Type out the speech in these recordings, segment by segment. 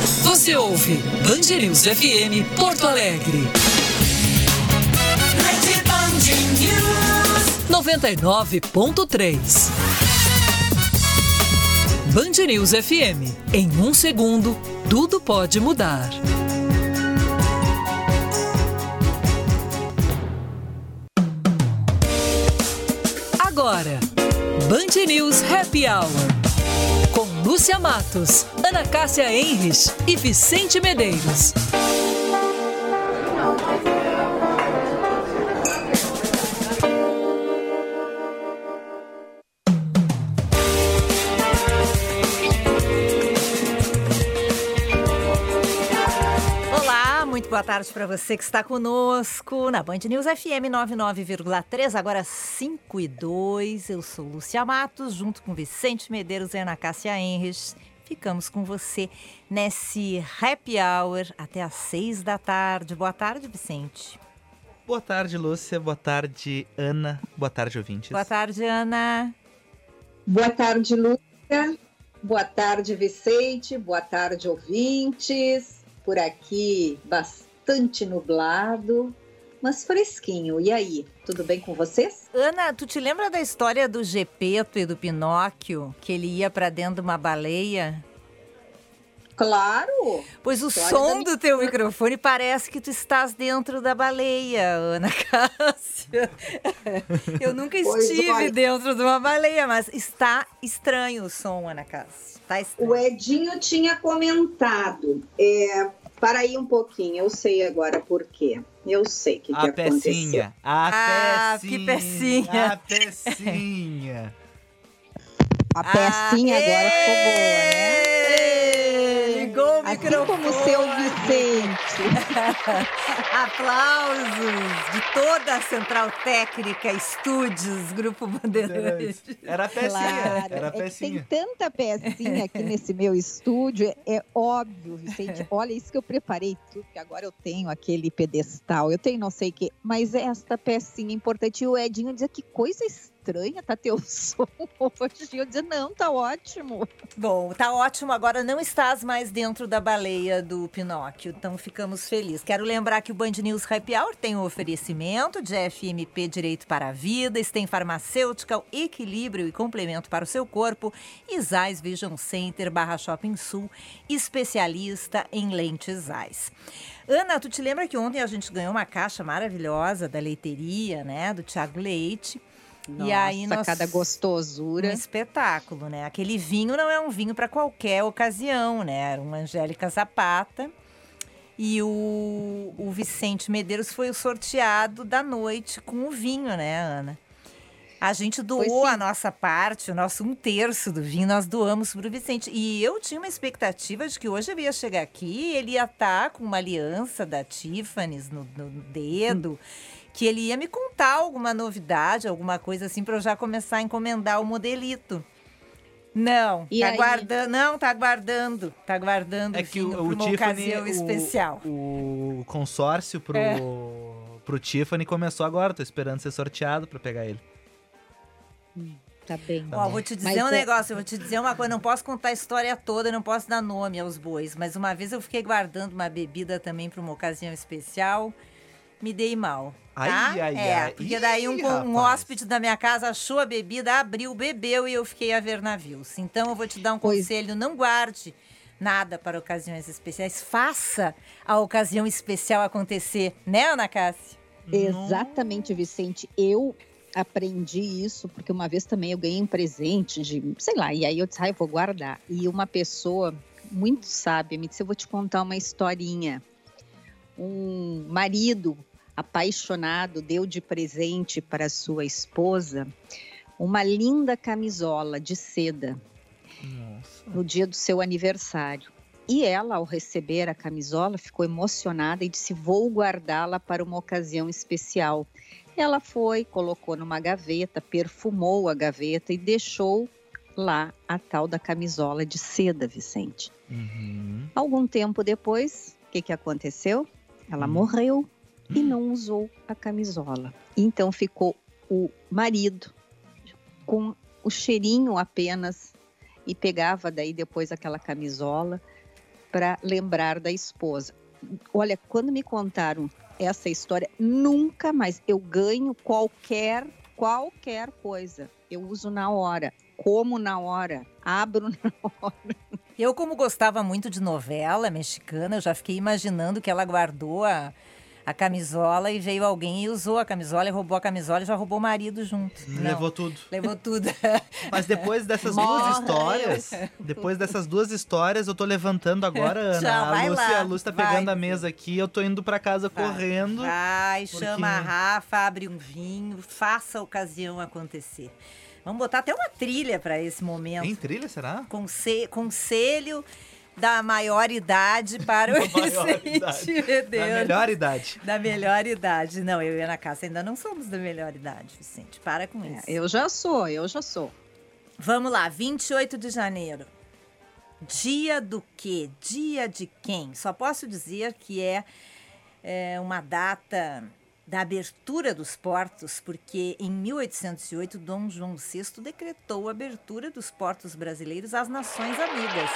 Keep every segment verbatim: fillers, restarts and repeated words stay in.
Você ouve Band News F M Porto Alegre. Rede Band News noventa e nove ponto três. Band News F M. Em um segundo, tudo pode mudar. Agora, Band News Happy Hour. Com Lúcia Matos, Ana Cássia Henrich e Vicente Medeiros. Muito boa tarde para você que está conosco na Band News F M noventa e nove vírgula três, agora cinco e dois. Eu sou Lúcia Matos, junto com Vicente Medeiros e Ana Cássia Henrich. Ficamos com você nesse happy hour até às seis da tarde. Boa tarde, Vicente. Boa tarde, Lúcia. Boa tarde, Ana. Boa tarde, ouvintes. Boa tarde, Ana. Boa tarde, Lúcia. Boa tarde, Vicente. Boa tarde, ouvintes. Por aqui, bastante nublado, mas fresquinho. E aí, tudo bem com vocês? Ana, tu te lembra da história do Gepeto e do Pinóquio, que ele ia para dentro de uma baleia? Claro! Pois o som do teu microfone parece que tu estás dentro da baleia, Ana Cássia. Eu nunca estive pois, dentro de uma baleia, mas está estranho o som, Ana Cássia. Tá estranho. O Edinho tinha comentado. É, para aí um pouquinho, eu sei agora por quê. Eu sei o que, que aconteceu. Pecinha, a ah, pecinha. Que pecinha. A pecinha. A pecinha ah, agora ficou boa, né? Ligou o assim microfone. Como o seu Vicente. Aplausos de toda a Central Técnica, Estúdios, Grupo Bandeirantes. Era a pecinha. Claro, Era a é pecinha. Que tem tanta pecinha aqui nesse meu estúdio, é, é óbvio, Vicente. Olha, isso que eu preparei tudo, que agora eu tenho aquele pedestal, eu tenho não sei o quê, mas esta pecinha é importante. E o Edinho dizia que coisa estranha tá teu som hoje. Eu dizia, não, tá ótimo. Bom, tá ótimo. Agora não estás mais dentro da baleia do Pinóquio, então ficamos felizes. Quero lembrar que o Band News Happy Hour tem o um oferecimento de F M P Direito para a Vida, tem Farmacêutica, Equilíbrio e Complemento para o seu corpo e Zeiss Vision Center barra Shopping Sul, especialista em lentes Zeiss. Ana, tu te lembra que ontem a gente ganhou uma caixa maravilhosa da leiteria, né, do Thiago Leite? Nossa, e aí nós... cada gostosura. Um espetáculo, né? Aquele vinho não é um vinho para qualquer ocasião, né? Era uma Angélica Zapata. E o, o Vicente Medeiros foi o sorteado da noite com o vinho, né, Ana? A gente doou a nossa parte, o nosso um terço do vinho, nós doamos para o Vicente. E eu tinha uma expectativa de que hoje ele ia chegar aqui e ele ia estar com uma aliança da Tiffany's no, no dedo, hum. que ele ia me contar alguma novidade, alguma coisa assim, para eu já começar a encomendar o modelito. Não, e tá aí? guardando, não, tá guardando, tá guardando é o que vinho o, para o uma Tiffany, ocasião o, especial. O consórcio pro, é. pro Tiffany começou agora, tô esperando ser sorteado para pegar ele. Tá bem. Ó, tá vou te dizer mas um é... negócio, eu vou te dizer uma coisa, não posso contar a história toda, não posso dar nome aos bois, mas uma vez eu fiquei guardando uma bebida também para uma ocasião especial, me dei mal, tá? Ai, ai, é, ai. porque Ih, daí um, um hóspede da minha casa achou a bebida, abriu, bebeu e eu fiquei a ver navios. Então eu vou te dar um pois... conselho, não guarde nada para ocasiões especiais, faça a ocasião especial acontecer, né, Ana Cássia? Exatamente, Vicente, eu... aprendi isso, porque uma vez também eu ganhei um presente de, sei lá, e aí eu disse, ah, eu vou guardar. E uma pessoa muito sábia me disse, eu vou te contar uma historinha. Um marido apaixonado deu de presente para sua esposa uma linda camisola de seda. Nossa. No dia do seu aniversário. E ela, ao receber a camisola, ficou emocionada e disse, vou guardá-la para uma ocasião especial. Ela foi, colocou numa gaveta, perfumou a gaveta e deixou lá a tal da camisola de seda, Vicente. Uhum. Algum tempo depois, o que, que aconteceu? Ela uhum. morreu e não usou a camisola. Então ficou o marido com o cheirinho apenas e pegava daí depois aquela camisola para lembrar da esposa. Olha, quando me contaram essa história, nunca mais. Eu ganho qualquer, qualquer coisa. Eu uso na hora, como na hora, abro na hora. Eu, como gostava muito de novela mexicana, eu já fiquei imaginando que ela guardou a, a camisola e veio alguém e usou a camisola e roubou a camisola e já roubou o marido junto. Não, Levou tudo. Levou tudo. Mas depois dessas Morre. duas histórias, depois dessas duas histórias, eu tô levantando agora, Ana. Tchau, a vai Lúcia, lá. a Lúcia tá Vai, pegando a Lúcia. mesa aqui, eu tô indo pra casa Vai. correndo. Vai, porque- chama a Rafa, abre um vinho, faça a ocasião acontecer. Vamos botar até uma trilha para esse momento. Tem trilha, será? Conse- Conselho da maior idade para o Da maior Vicente idade. Medeiros. Da melhor idade. Da melhor idade. Não, eu e a Ana Cássia ainda não somos da melhor idade, Vicente. Para com isso. Eu já sou, eu já sou. Vamos lá, vinte e oito de janeiro. Dia do quê? Dia de quem? Só posso dizer que é, é uma data da abertura dos portos, porque em mil oitocentos e oito, Dom João sexto decretou a abertura dos portos brasileiros às nações amigas.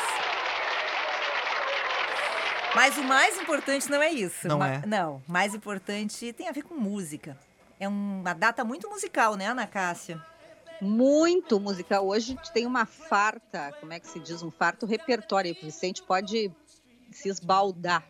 Mas o mais importante não é isso. Não Ma- é? Não, o mais importante tem a ver com música. É uma data muito musical, né, Ana Cássia? Muito musical. Hoje tem uma farta, como é que se diz? Um farto repertório. O Vicente pode se esbaldar.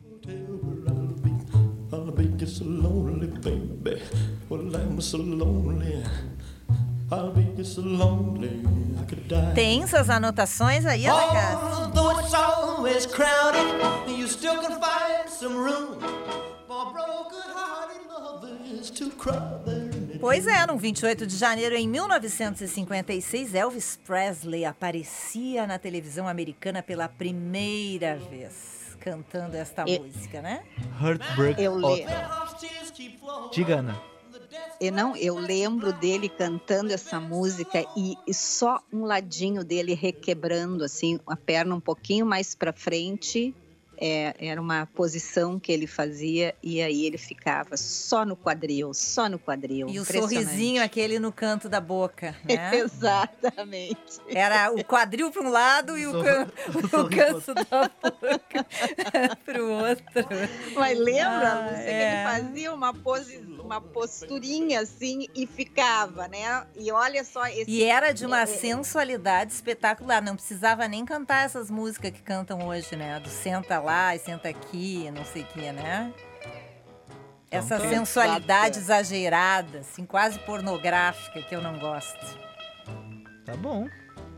I'll be just so lonely, baby. Well, I'm so lonely. I'll be just so lonely, I could die. Tem suas anotações aí, Ana Cássia? Although it's always crowded, you still can find some room for broken-hearted lovers to cry there. Pois é, no vinte e oito de janeiro de mil novecentos e cinquenta e seis, Elvis Presley aparecia na televisão americana pela primeira vez, cantando esta E- música, né? Heartbreak. Eu Hotel. lembro. Diga, Ana. E não, eu lembro dele cantando essa música e, e só um ladinho dele requebrando, assim, a perna um pouquinho mais para frente. É, era uma posição que ele fazia e aí ele ficava só no quadril, só no quadril. E o Impressionante. sorrisinho aquele no canto da boca, né? Exatamente. Era o quadril para um lado e o, Sor- can... o o sorriso canto da boca para o outro. Mas lembra, Ah, Lúcia, é. que ele fazia uma, pose, uma posturinha assim e ficava, né? E olha só esse. E era de uma é, sensualidade espetacular. Não precisava nem cantar essas músicas que cantam hoje, né? Do senta lá e senta aqui, não sei o que, né? Essa tá. sensualidade Exato. exagerada, assim, quase pornográfica, que eu não gosto. Tá bom.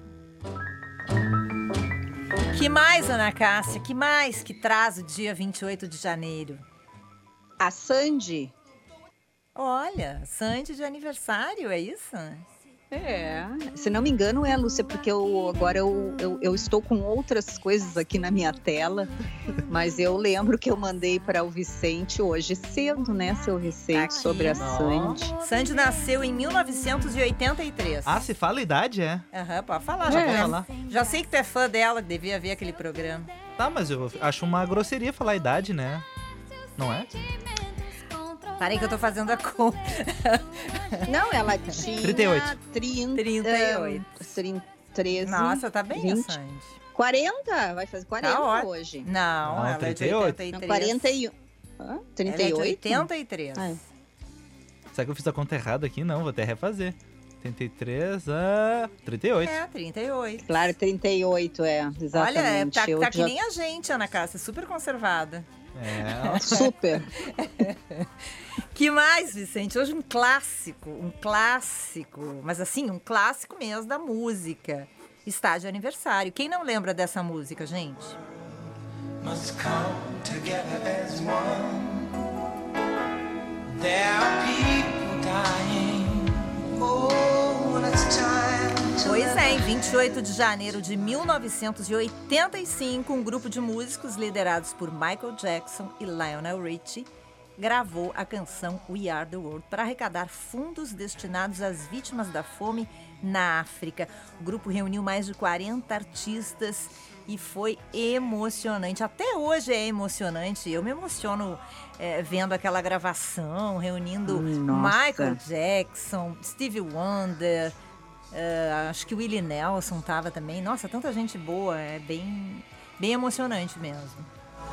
Que mais, Ana Cássia? Que mais que traz o dia vinte e oito de janeiro? A Sandy. Olha, Sandy de aniversário, é isso? É. Se não me engano, é, Lúcia, porque eu agora eu, eu, eu estou com outras coisas aqui na minha tela, mas eu lembro que eu mandei para o Vicente hoje cedo, né, seu Vicente, Aqui. sobre a Sandy. Sandy nasceu em mil novecentos e oitenta e três. Ah, se fala a idade, é. Aham, pode falar, já É. pode falar. Já sei que tu é fã dela, que devia ver aquele programa. Tá, mas eu acho uma grosseria falar a idade, né? Não é? Parei que eu tô fazendo a conta. Não, ela tinha trinta e oito. trinta, trinta e oito. trinta, treze, Nossa, tá bem a vinte. Sandy. quarenta, vai fazer quarenta Tá ótimo. hoje. Não, Não, ela trinta é e de oito. oitenta e Não, três. quarenta e um. Hã? Ela trinta é e de oito? oitenta e três. Ah, é. Será que eu fiz a conta errada aqui? Não, vou até refazer. trinta e três a trinta e oito. É, trinta e oito. Claro, trinta e oito, é, exatamente. Olha, é, tá, Eu tá que já- nem a gente, Ana Cássia, super conservada. É, Super. Que mais, Vicente? Hoje um clássico, um clássico, mas assim, um clássico mesmo da música. Está de aniversário. Quem não lembra dessa música, gente? Must come together as one. There are people dying. Oh, when it's time to Pois let é, em vinte e oito de janeiro de mil novecentos e oitenta e cinco, um grupo de músicos liderados por Michael Jackson e Lionel Richie gravou a canção We Are The World para arrecadar fundos destinados às vítimas da fome na África. O grupo reuniu mais de quarenta artistas e foi emocionante. Até hoje é emocionante. Eu me emociono é, vendo aquela gravação, reunindo Nossa. Michael Jackson, Stevie Wonder, uh, acho que o Willie Nelson tava também. Nossa, tanta gente boa, é bem... bem emocionante mesmo.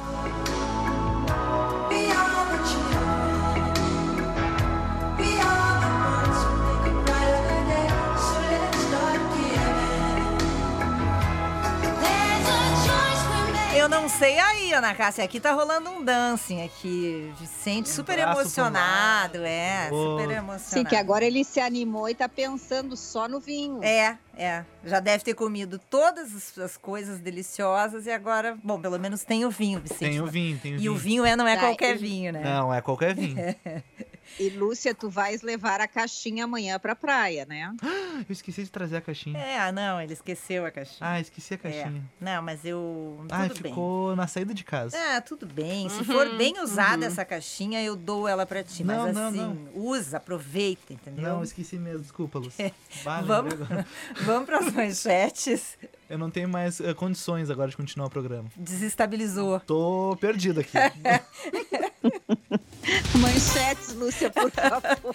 We are the children. We are the ones who make a brighter day. So let's start giving. There's a choice we make. Eu não sei aí, Ana Cássia, aqui tá rolando um dancing aqui. Vicente super braço pro emocionado, é, Oh. super emocionado. Sim, que agora ele se animou e tá pensando só no vinho. É, é. Já deve ter comido todas as- as coisas deliciosas e agora, bom, pelo menos tem o vinho, Vicente. Tem o vinho, tem o E vinho. o vinho é, não é Tá, qualquer ele- vinho, né? Não, é qualquer vinho. E Lúcia, tu vais levar a caixinha amanhã pra praia, né? Eu esqueci de trazer a caixinha. É, ah, não, ele esqueceu a caixinha. Ah, esqueci a É. caixinha. Não, mas eu. Tudo Ah, bem. ficou na saída de casa. Ah, tudo bem. Se for Uhum, bem usada uhum. essa caixinha, eu dou ela pra ti. Não, Mas não, assim, não. usa, aproveita, entendeu? Não, esqueci mesmo. Desculpa, Lúcia. Bah, Vamos, lembrei agora. vamos pras manchetes. Eu não tenho mais eh, condições agora de continuar o programa. Desestabilizou. Tô perdido aqui. Manchetes, Lúcia, por favor.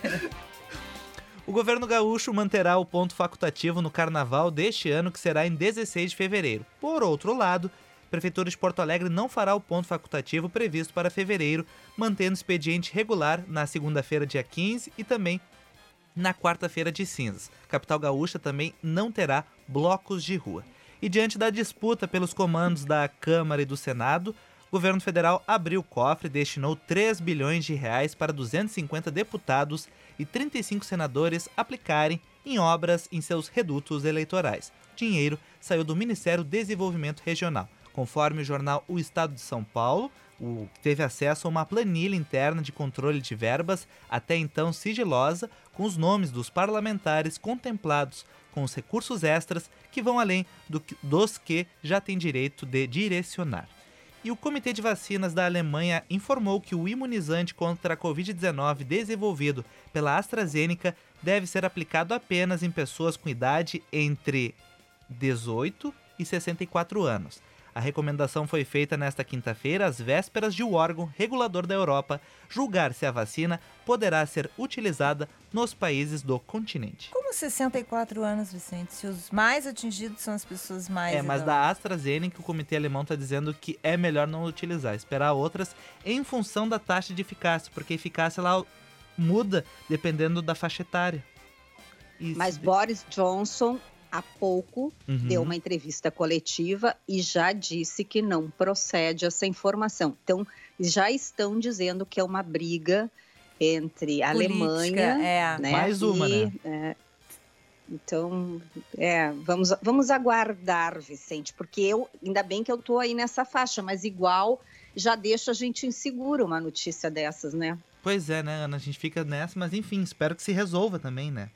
O governo gaúcho manterá o ponto facultativo no carnaval deste ano, que será em dezesseis de fevereiro. Por outro lado, a Prefeitura de Porto Alegre não fará o ponto facultativo previsto para fevereiro, mantendo o expediente regular na segunda-feira, dia quinze, e também na quarta-feira de cinzas. A capital gaúcha também não terá blocos de rua. E diante da disputa pelos comandos da Câmara e do Senado, o governo federal abriu o cofre e destinou três bilhões de reais para duzentos e cinquenta deputados e trinta e cinco senadores aplicarem em obras em seus redutos eleitorais. O dinheiro saiu do Ministério do Desenvolvimento Regional. Conforme o jornal O Estado de São Paulo, o teve acesso a uma planilha interna de controle de verbas, até então sigilosa, com os nomes dos parlamentares contemplados com os recursos extras que vão além do que- dos que já têm direito de direcionar. E o Comitê de Vacinas da Alemanha informou que o imunizante contra a covid dezenove desenvolvido pela AstraZeneca deve ser aplicado apenas em pessoas com idade entre dezoito e sessenta e quatro anos. A recomendação foi feita nesta quinta-feira, às vésperas de o órgão regulador da Europa julgar se a vacina poderá ser utilizada nos países do continente. Como sessenta e quatro anos, Vicente? Se os mais atingidos são as pessoas mais É, mas idosas. da AstraZeneca o comitê alemão está dizendo que é melhor não utilizar, esperar outras em função da taxa de eficácia, porque a eficácia ela muda dependendo da faixa etária. Isso. Mas Boris Johnson, há pouco, Uhum. deu uma entrevista coletiva e já disse que não procede essa informação. Então, já estão dizendo que é uma briga entre a Política, Alemanha, é. né? Mais uma, e, né? é, então, é, vamos, vamos aguardar, Vicente, porque eu, ainda bem que eu tô aí nessa faixa, mas igual já deixa a gente inseguro uma notícia dessas, né? Pois é, né, Ana? A gente fica nessa, mas enfim, espero que se resolva também, né?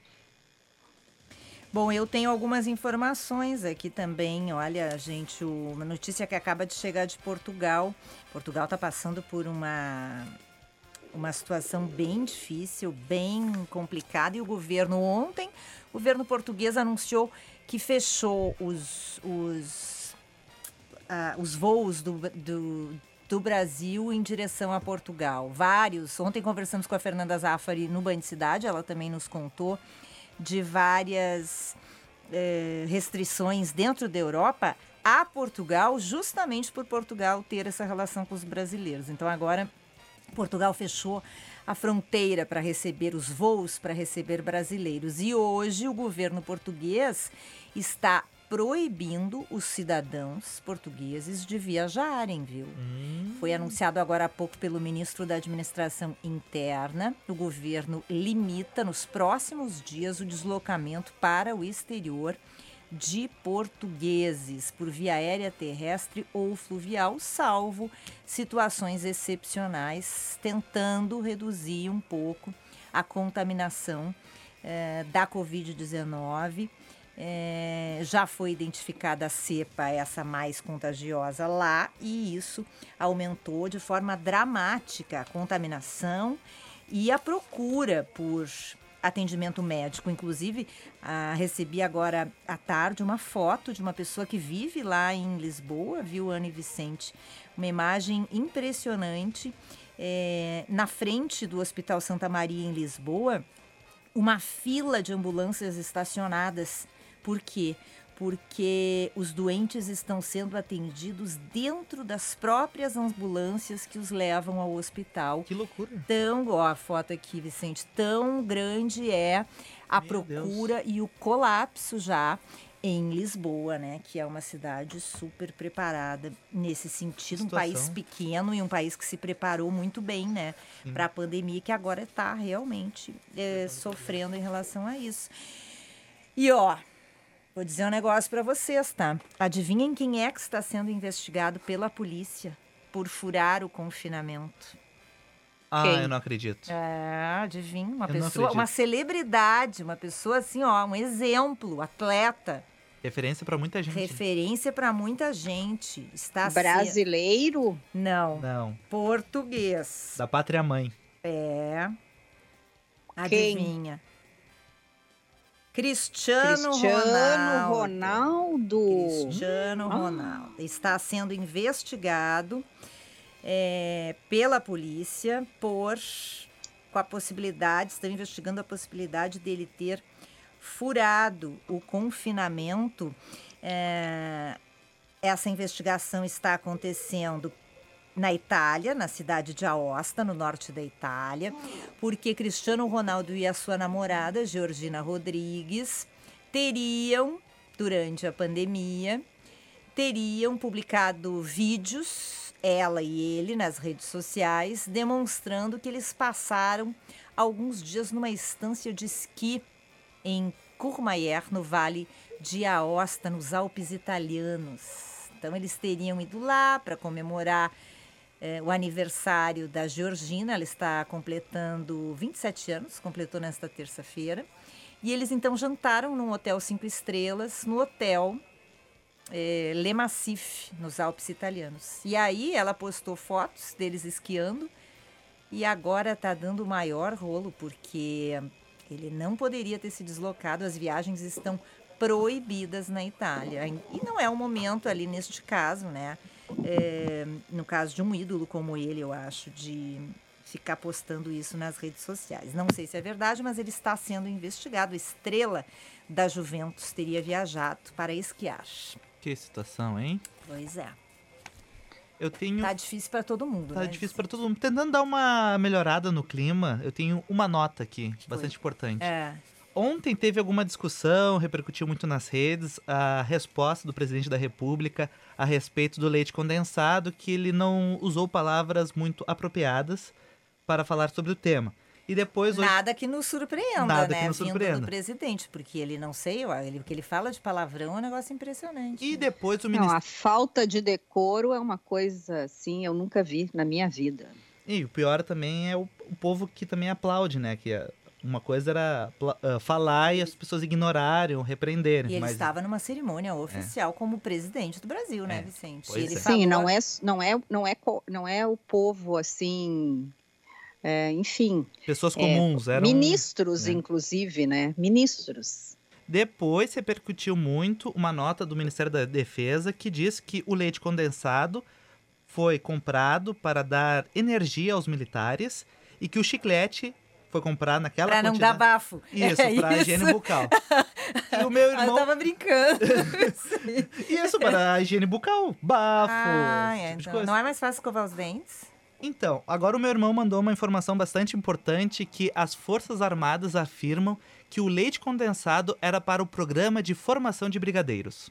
Bom, eu tenho algumas informações aqui também. Olha, gente, o- uma notícia que acaba de chegar de Portugal. Portugal está passando por uma, uma situação bem difícil, bem complicada. E o governo ontem, o governo português anunciou que fechou os, os, ah, os voos do, do, do Brasil em direção a Portugal. Vários. Ontem conversamos com a Fernanda Zaffari no Band Cidade, ela também nos contou de várias eh, restrições dentro da Europa a Portugal, justamente por Portugal ter essa relação com os brasileiros. Então agora Portugal fechou a fronteira para receber os voos, para receber brasileiros. E hoje o governo português está proibindo os cidadãos portugueses de viajarem, viu? Foi anunciado agora há pouco pelo ministro da Administração Interna. O governo limita nos próximos dias o deslocamento para o exterior de portugueses por via aérea, terrestre ou fluvial, salvo situações excepcionais, tentando reduzir um pouco a contaminação eh, da covid dezenove. É, já foi identificada a cepa, essa mais contagiosa lá, e isso aumentou de forma dramática a contaminação e a procura por atendimento médico. Inclusive, ah, recebi agora à tarde uma foto de uma pessoa que vive lá em Lisboa, viu, Ana e Vicente? Uma imagem impressionante. É, na frente do Hospital Santa Maria, em Lisboa, uma fila de ambulâncias estacionadas. Por quê? porque os doentes estão sendo atendidos dentro das próprias ambulâncias que os levam ao hospital. Que loucura. Tão, ó, a foto aqui, Vicente, tão grande é a Meu procura e o colapso já em Lisboa, né? Que é uma cidade super preparada nesse sentido. Um Situação. país pequeno e um país que se preparou muito bem, né? Para a pandemia, que agora está realmente é, sofrendo em relação a isso. E, ó, vou dizer um negócio para vocês, tá? Adivinhem quem é que está sendo investigado pela polícia por furar o confinamento? Ah, Quem? eu não acredito. É, adivinha, uma Eu não pessoa, uma acredito. celebridade, uma pessoa assim, ó, um exemplo, atleta, Referência pra muita gente. referência para muita gente. Está se- Brasileiro? Não, Não, português. da pátria mãe. É. Quem? Adivinha. Cristiano, Cristiano Ronaldo. Ronaldo. Cristiano Ah. Ronaldo está sendo investigado é, pela polícia por com a possibilidade, estão investigando a possibilidade dele ter furado o confinamento. É, essa investigação está acontecendo na Itália, na cidade de Aosta, no norte da Itália, porque Cristiano Ronaldo e a sua namorada, Georgina Rodrigues, teriam, durante a pandemia, teriam publicado vídeos, ela e ele, nas redes sociais, demonstrando que eles passaram alguns dias numa estância de esqui em Courmayeur, no Vale de Aosta, nos Alpes italianos. Então, eles teriam ido lá para comemorar eh, o aniversário da Georgina. Ela está completando vinte e sete anos, completou nesta terça-feira. E eles, então, jantaram num hotel cinco estrelas, no hotel eh, Le Massif, nos Alpes italianos. E aí, ela postou fotos deles esquiando e agora está dando o maior rolo, porque ele não poderia ter se deslocado, as viagens estão proibidas na Itália. E não é o momento ali neste caso, né? É, no caso de um ídolo como ele, eu acho, de ficar postando isso nas redes sociais. Não sei se é verdade, mas ele está sendo investigado. A estrela da Juventus teria viajado para esquiar. Que situação, hein? Pois é. Eu tenho... Tá difícil para todo mundo, Tá né? difícil pra todo mundo. Tentando dar uma melhorada no clima, eu tenho uma nota aqui, bastante importante. É. Ontem teve alguma discussão, repercutiu muito nas redes, a resposta do presidente da República a respeito do leite condensado, que ele não usou palavras muito apropriadas para falar sobre o tema. E depois... hoje- Nada que nos surpreenda, Nada né? que nos Vindo surpreenda. do presidente, porque ele, não sei, ó, ele, o que ele fala de palavrão é um negócio impressionante. E né? depois o Não, ministro... a falta de decoro é uma coisa assim, eu nunca vi na minha vida. E o pior também é o, o povo que também aplaude, né? Que é- uma coisa era pla- ah, falar e as pessoas ignorarem ou repreenderem. E ele mas... estava numa cerimônia oficial como presidente do Brasil, né, É, Vicente? pois Ele é. falou- Sim, não é, não é, não é, co- não é o povo assim, é, enfim, Pessoas comuns, eram... ministros, né? inclusive, né? Ministros. Depois repercutiu muito uma nota do Ministério da Defesa que diz que o leite condensado foi comprado para dar energia aos militares e que o chiclete foi comprado naquela Pra não quantidade... dar bafo. Isso, É para a higiene bucal. E o meu Ah, eu irmão... tava brincando. Isso, para a higiene bucal. Bafo, ah, esse é, tipo de então, coisa. não é mais fácil escovar os dentes? Então, agora o meu irmão mandou uma informação bastante importante que as Forças Armadas afirmam que o leite condensado era para o programa de formação de brigadeiros.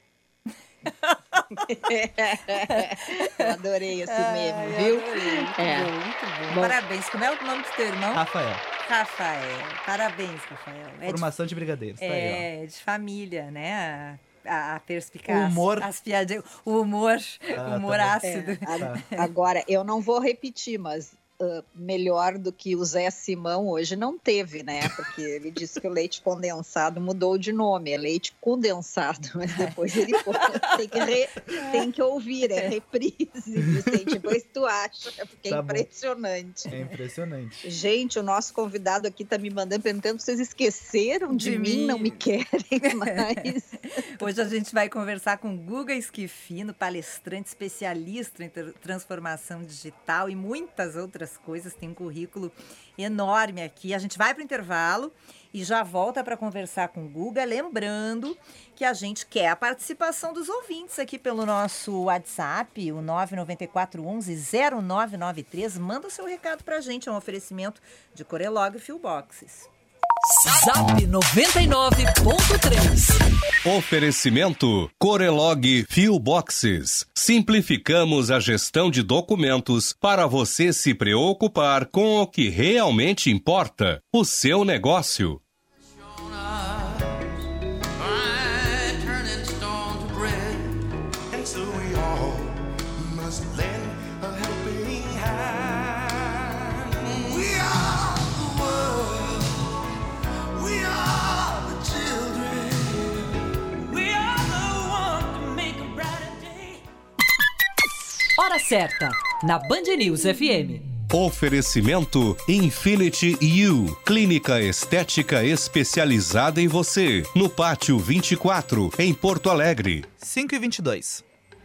Eu adorei esse meme, Ai, viu? adorei. Muito É. bom, muito bom. Bom. Parabéns. Como é o nome do teu irmão? Rafael, Rafael. Parabéns, Rafael. É de formação de brigadeiros, tá aí, ó. É, de família, né? A, a perspicácia. O humor. As piadinhas. O humor. Ah, o humor tá bom. ácido. É, a- agora, eu não vou repetir, mas ah, melhor do que o Zé Simão hoje não teve, né? Porque ele disse que o leite condensado mudou de nome, é leite condensado, mas depois ele pô, tem, que re- tem que ouvir, é reprise, Vicente. Depois tu acha, porque Tá é bom. impressionante. É impressionante. Gente, o nosso convidado aqui tá me mandando perguntando se vocês esqueceram de, De mim, mim. não me querem mais. Hoje a gente vai conversar com Guga Esquifino, palestrante especialista em tr- transformação digital e muitas outras outras coisas, tem um currículo enorme aqui. A gente vai para o intervalo e já volta para conversar com o Guga, lembrando que a gente quer a participação dos ouvintes aqui pelo nosso WhatsApp, o nove nove quatro um um zero nove nove três. Manda o seu recado para a gente, é um oferecimento de Corelog Fuel Boxes. Zap noventa e nove ponto três. Oferecimento Corelog Fuel Boxes. Simplificamos a gestão de documentos para você se preocupar com o que realmente importa, o seu negócio. Hora certa, na Band News F M. Oferecimento Infinity U, clínica estética especializada em você, no Pátio vinte e quatro, em Porto Alegre. cinco e vinte e dois.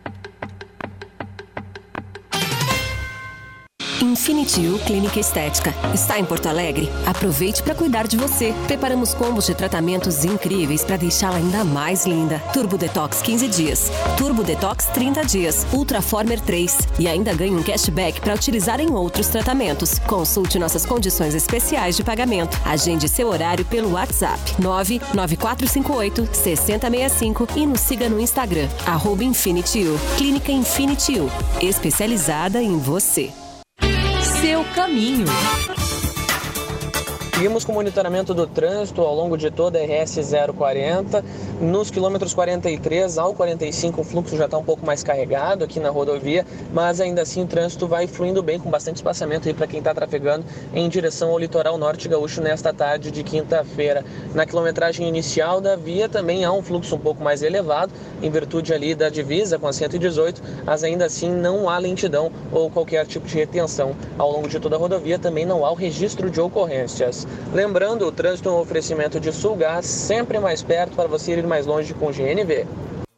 Infinity U Clínica Estética. Está em Porto Alegre? Aproveite para cuidar de você. Preparamos combos de tratamentos incríveis para deixá-la ainda mais linda. Turbo Detox quinze dias. Turbo Detox trinta dias. Ultraformer três. E ainda ganhe um cashback para utilizar em outros tratamentos. Consulte nossas condições especiais de pagamento. Agende seu horário pelo WhatsApp nove nove quatro cinco oito seis zero seis cinco e nos siga no Instagram, arroba Infinity U. Clínica Infinity U. Especializada em você. Seu caminho. Seguimos com o monitoramento do trânsito ao longo de toda a R S zero quarenta. Nos quilômetros quarenta e três ao quarenta e cinco o fluxo já está um pouco mais carregado aqui na rodovia, mas ainda assim o trânsito vai fluindo bem, com bastante espaçamento aí para quem está trafegando em direção ao litoral norte gaúcho nesta tarde de quinta-feira. Na quilometragem inicial da via também há um fluxo um pouco mais elevado, em virtude ali da divisa com a cento e dezoito, mas ainda assim não há lentidão ou qualquer tipo de retenção. Ao longo de toda a rodovia também não há o registro de ocorrências. Lembrando, o trânsito é um oferecimento de Sulgás, sempre mais perto para você ir mais longe com o G N V.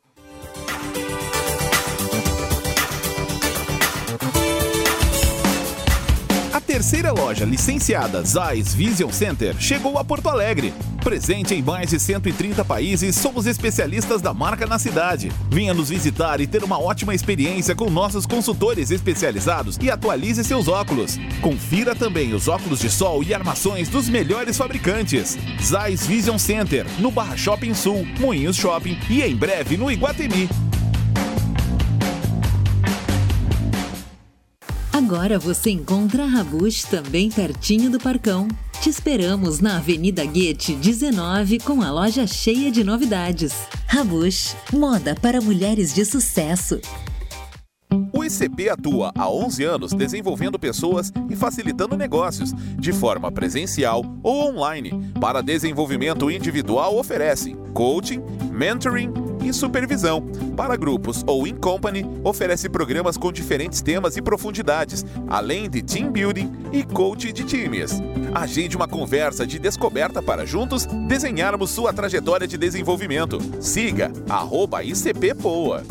A terceira loja licenciada Zeiss Vision Center chegou a Porto Alegre. Presente em mais de cento e trinta países, somos especialistas da marca na cidade. Venha nos visitar e ter uma ótima experiência com nossos consultores especializados e atualize seus óculos. Confira também os óculos de sol e armações dos melhores fabricantes. Zeiss Vision Center, no Barra Shopping Sul, Moinhos Shopping e em breve no Iguatemi. Agora você encontra a Rabush também pertinho do Parcão. Te esperamos na Avenida Goethe dezenove com a loja cheia de novidades. Rabush, moda para mulheres de sucesso. O I C P atua há onze anos desenvolvendo pessoas e facilitando negócios, de forma presencial ou online. Para desenvolvimento individual oferece coaching, mentoring e supervisão. Para grupos ou in company, oferece programas com diferentes temas e profundidades, além de team building e coaching de times. Agende uma conversa de descoberta para juntos desenharmos sua trajetória de desenvolvimento. Siga arroba I C P Poa.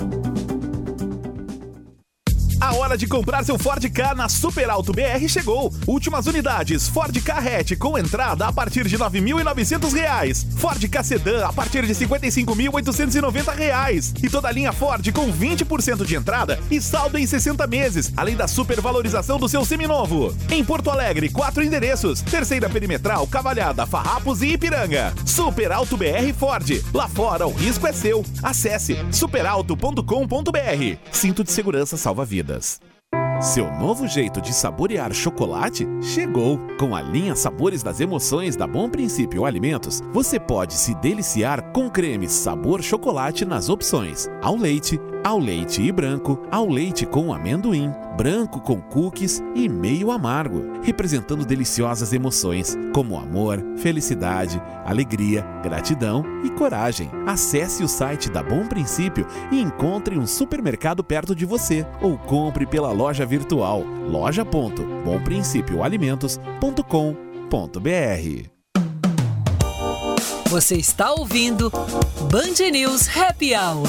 A hora de comprar seu Ford Ka na Super Alto B R chegou. Últimas unidades Ford Ka Hatch com entrada a partir de nove mil e novecentos reais. Ford Ka Sedan a partir de cinquenta e cinco mil oitocentos e noventa reais. E toda a linha Ford com vinte por cento de entrada e saldo em sessenta meses, além da supervalorização do seu seminovo. Em Porto Alegre, quatro endereços: Terceira Perimetral, Cavalhada, Farrapos e Ipiranga. Super Alto B R Ford. Lá fora o risco é seu. Acesse super alto ponto com ponto b r. Cinto de segurança salva vidas. Seu novo jeito de saborear chocolate chegou! Com a linha Sabores das Emoções da Bom Princípio Alimentos, você pode se deliciar com cremes sabor chocolate nas opções ao leite, ao leite e branco, ao leite com amendoim, branco com cookies e meio amargo, representando deliciosas emoções como amor, felicidade, alegria, gratidão e coragem. Acesse o site da Bom Princípio e encontre um supermercado perto de você ou compre pela loja virtual loja ponto bom princípio alimentos ponto com ponto b r. Você está ouvindo Band News Happy Hour.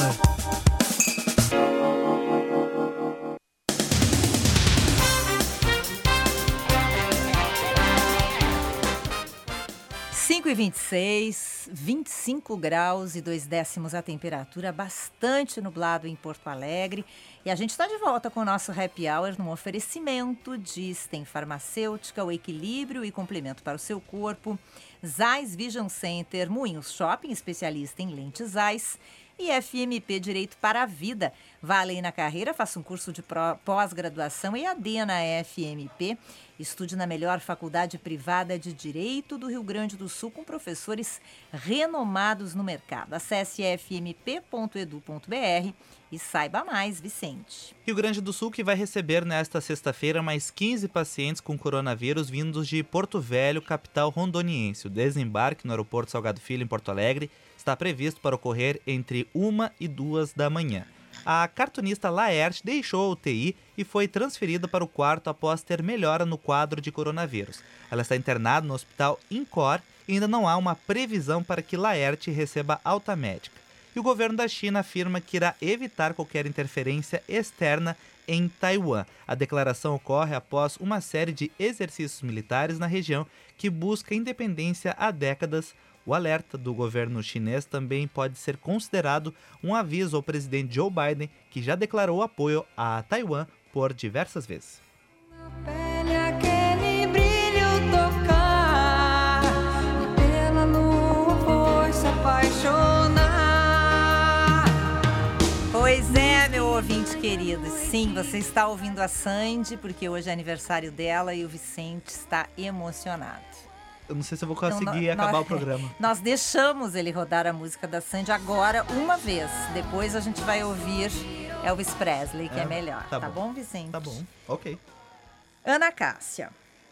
cinco e vinte e seis, vinte e cinco graus e dois décimos a temperatura, bastante nublado em Porto Alegre. E a gente está de volta com o nosso Happy Hour num oferecimento de Sten Farmacêutica, o equilíbrio e complemento para o seu corpo, Zeiss Vision Center, Moinhos Shopping, especialista em lentes Zeiss, e F M P Direito para a Vida. Vá além na carreira, faça um curso de pró- pós-graduação E A D na F M P. Estude na melhor faculdade privada de Direito do Rio Grande do Sul com professores renomados no mercado. Acesse f m p ponto e d u ponto b r e saiba mais, Vicente. Rio Grande do Sul que vai receber nesta sexta-feira mais quinze pacientes com coronavírus vindos de Porto Velho, capital rondoniense. O desembarque no aeroporto Salgado Filho, em Porto Alegre, está previsto para ocorrer entre uma e duas da manhã. A cartunista Laerte deixou a U T I e foi transferida para o quarto após ter melhora no quadro de coronavírus. Ela está internada no hospital Incor e ainda não há uma previsão para que Laerte receba alta médica. E o governo da China afirma que irá evitar qualquer interferência externa em Taiwan. A declaração ocorre após uma série de exercícios militares na região que busca independência há décadas. O alerta do governo chinês também pode ser considerado um aviso ao presidente Joe Biden, que já declarou apoio a Taiwan por diversas vezes. Pele aquele brilho tocar, e pela lua foi se apaixonar. Pois é, meu ouvinte querido. Sim, você está ouvindo a Sandy, porque hoje é aniversário dela e o Vicente está emocionado. Eu não sei se eu vou Então, conseguir nó- acabar nós- o programa. Nós deixamos ele rodar a música da Sandy agora uma vez. Depois a gente vai ouvir Elvis Presley, que é, É, melhor. tá Tá, bom. bom, Vicente? Tá bom, ok. Ana Cássia.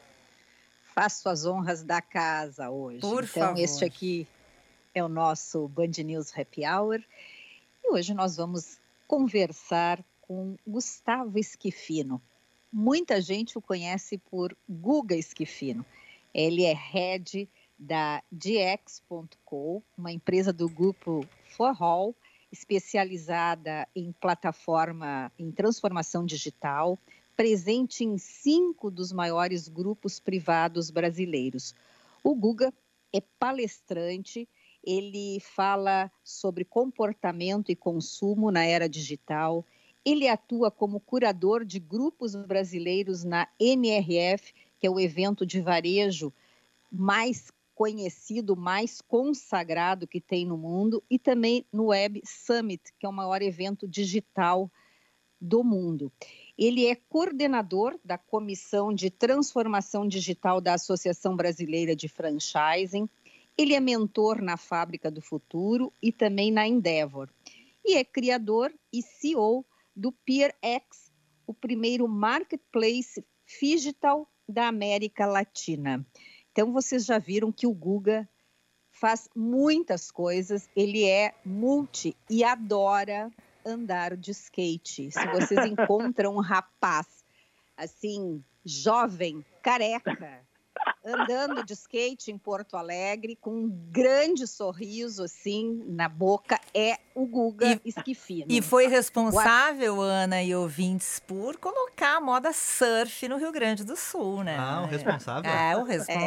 Faço as honras da casa hoje. Por então, favor. este aqui é o nosso Band News Happy Hour. E hoje nós vamos conversar com Gustavo Schifino. Muita gente o conhece por Guga Schifino. Ele é head da D X ponto com, uma empresa do grupo For All, especializada em plataforma em transformação digital, presente em cinco dos maiores grupos privados brasileiros. O Guga é palestrante, ele fala sobre comportamento e consumo na era digital, ele atua como curador de grupos brasileiros na N R F, que é o evento de varejo mais conhecido, mais consagrado que tem no mundo, e também no Web Summit, que é o maior evento digital do mundo. Ele é coordenador da Comissão de Transformação Digital da Associação Brasileira de Franchising, ele é mentor na Fábrica do Futuro e também na Endeavor. E é criador e C E O do PeerX, o primeiro marketplace digital da América Latina. Então, vocês já viram que o Guga faz muitas coisas, ele é multi e adora andar de skate. Se vocês encontram um rapaz, assim, jovem, careca, andando de skate em Porto Alegre, com um grande sorriso, assim, na boca, é o Guga Schifino. E foi responsável, Ana e ouvintes, por colocar a moda surf no Rio Grande do Sul, né? Ah, o responsável? É, o responsável.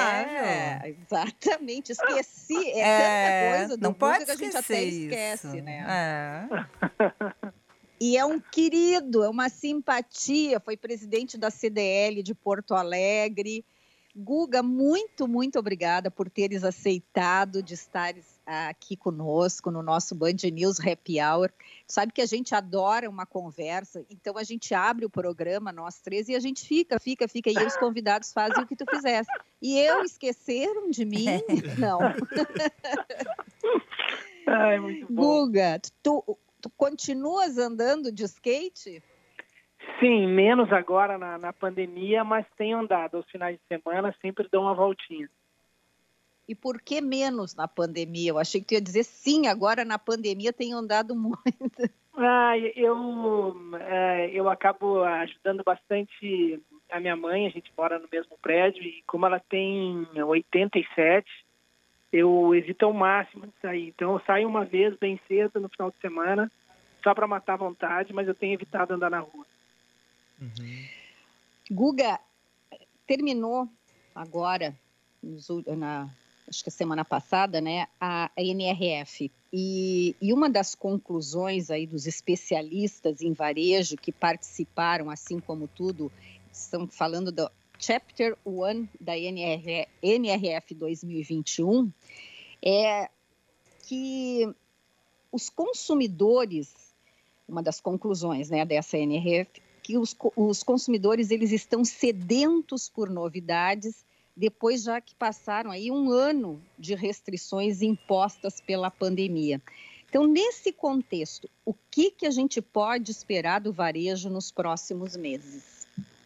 É, exatamente. Esqueci. É, É, tanta coisa do não Guga pode que a gente até esquecer esquece, isso. né? É. E é um querido, é uma simpatia. Foi presidente da C D L de Porto Alegre. Guga, muito, muito obrigada por teres aceitado de estares aqui conosco no nosso Band News Happy Hour. Sabe que a gente adora uma conversa, então a gente abre o programa, nós três, e a gente fica, fica, fica, e os convidados fazem o que tu fizesse. E eu, esqueceram de mim? Não. Ai, muito bom. Guga, tu, tu continuas andando de skate? Sim, menos agora na, na pandemia, mas tenho andado aos finais de semana, sempre dou uma voltinha. E por que menos na pandemia? Eu achei que tu ia dizer sim, agora na pandemia tenho andado muito. Ah, eu, é, eu acabo ajudando bastante a minha mãe, a gente mora no mesmo prédio, e como ela tem oitenta e sete, eu evito ao máximo de sair. Então eu saio uma vez bem cedo no final de semana, só para matar a vontade, mas eu tenho evitado andar na rua. Uhum. Guga, terminou agora, nos, na, acho que a semana passada, né, a N R F. E, e uma das conclusões aí dos especialistas em varejo que participaram, assim como tudo, estão falando do Chapter um da N R F dois mil e vinte e um, é que os consumidores, uma das conclusões, né, dessa N R F, que os, os consumidores eles estão sedentos por novidades, depois já que passaram aí um ano de restrições impostas pela pandemia. Então, nesse contexto, o que, que a gente pode esperar do varejo nos próximos meses?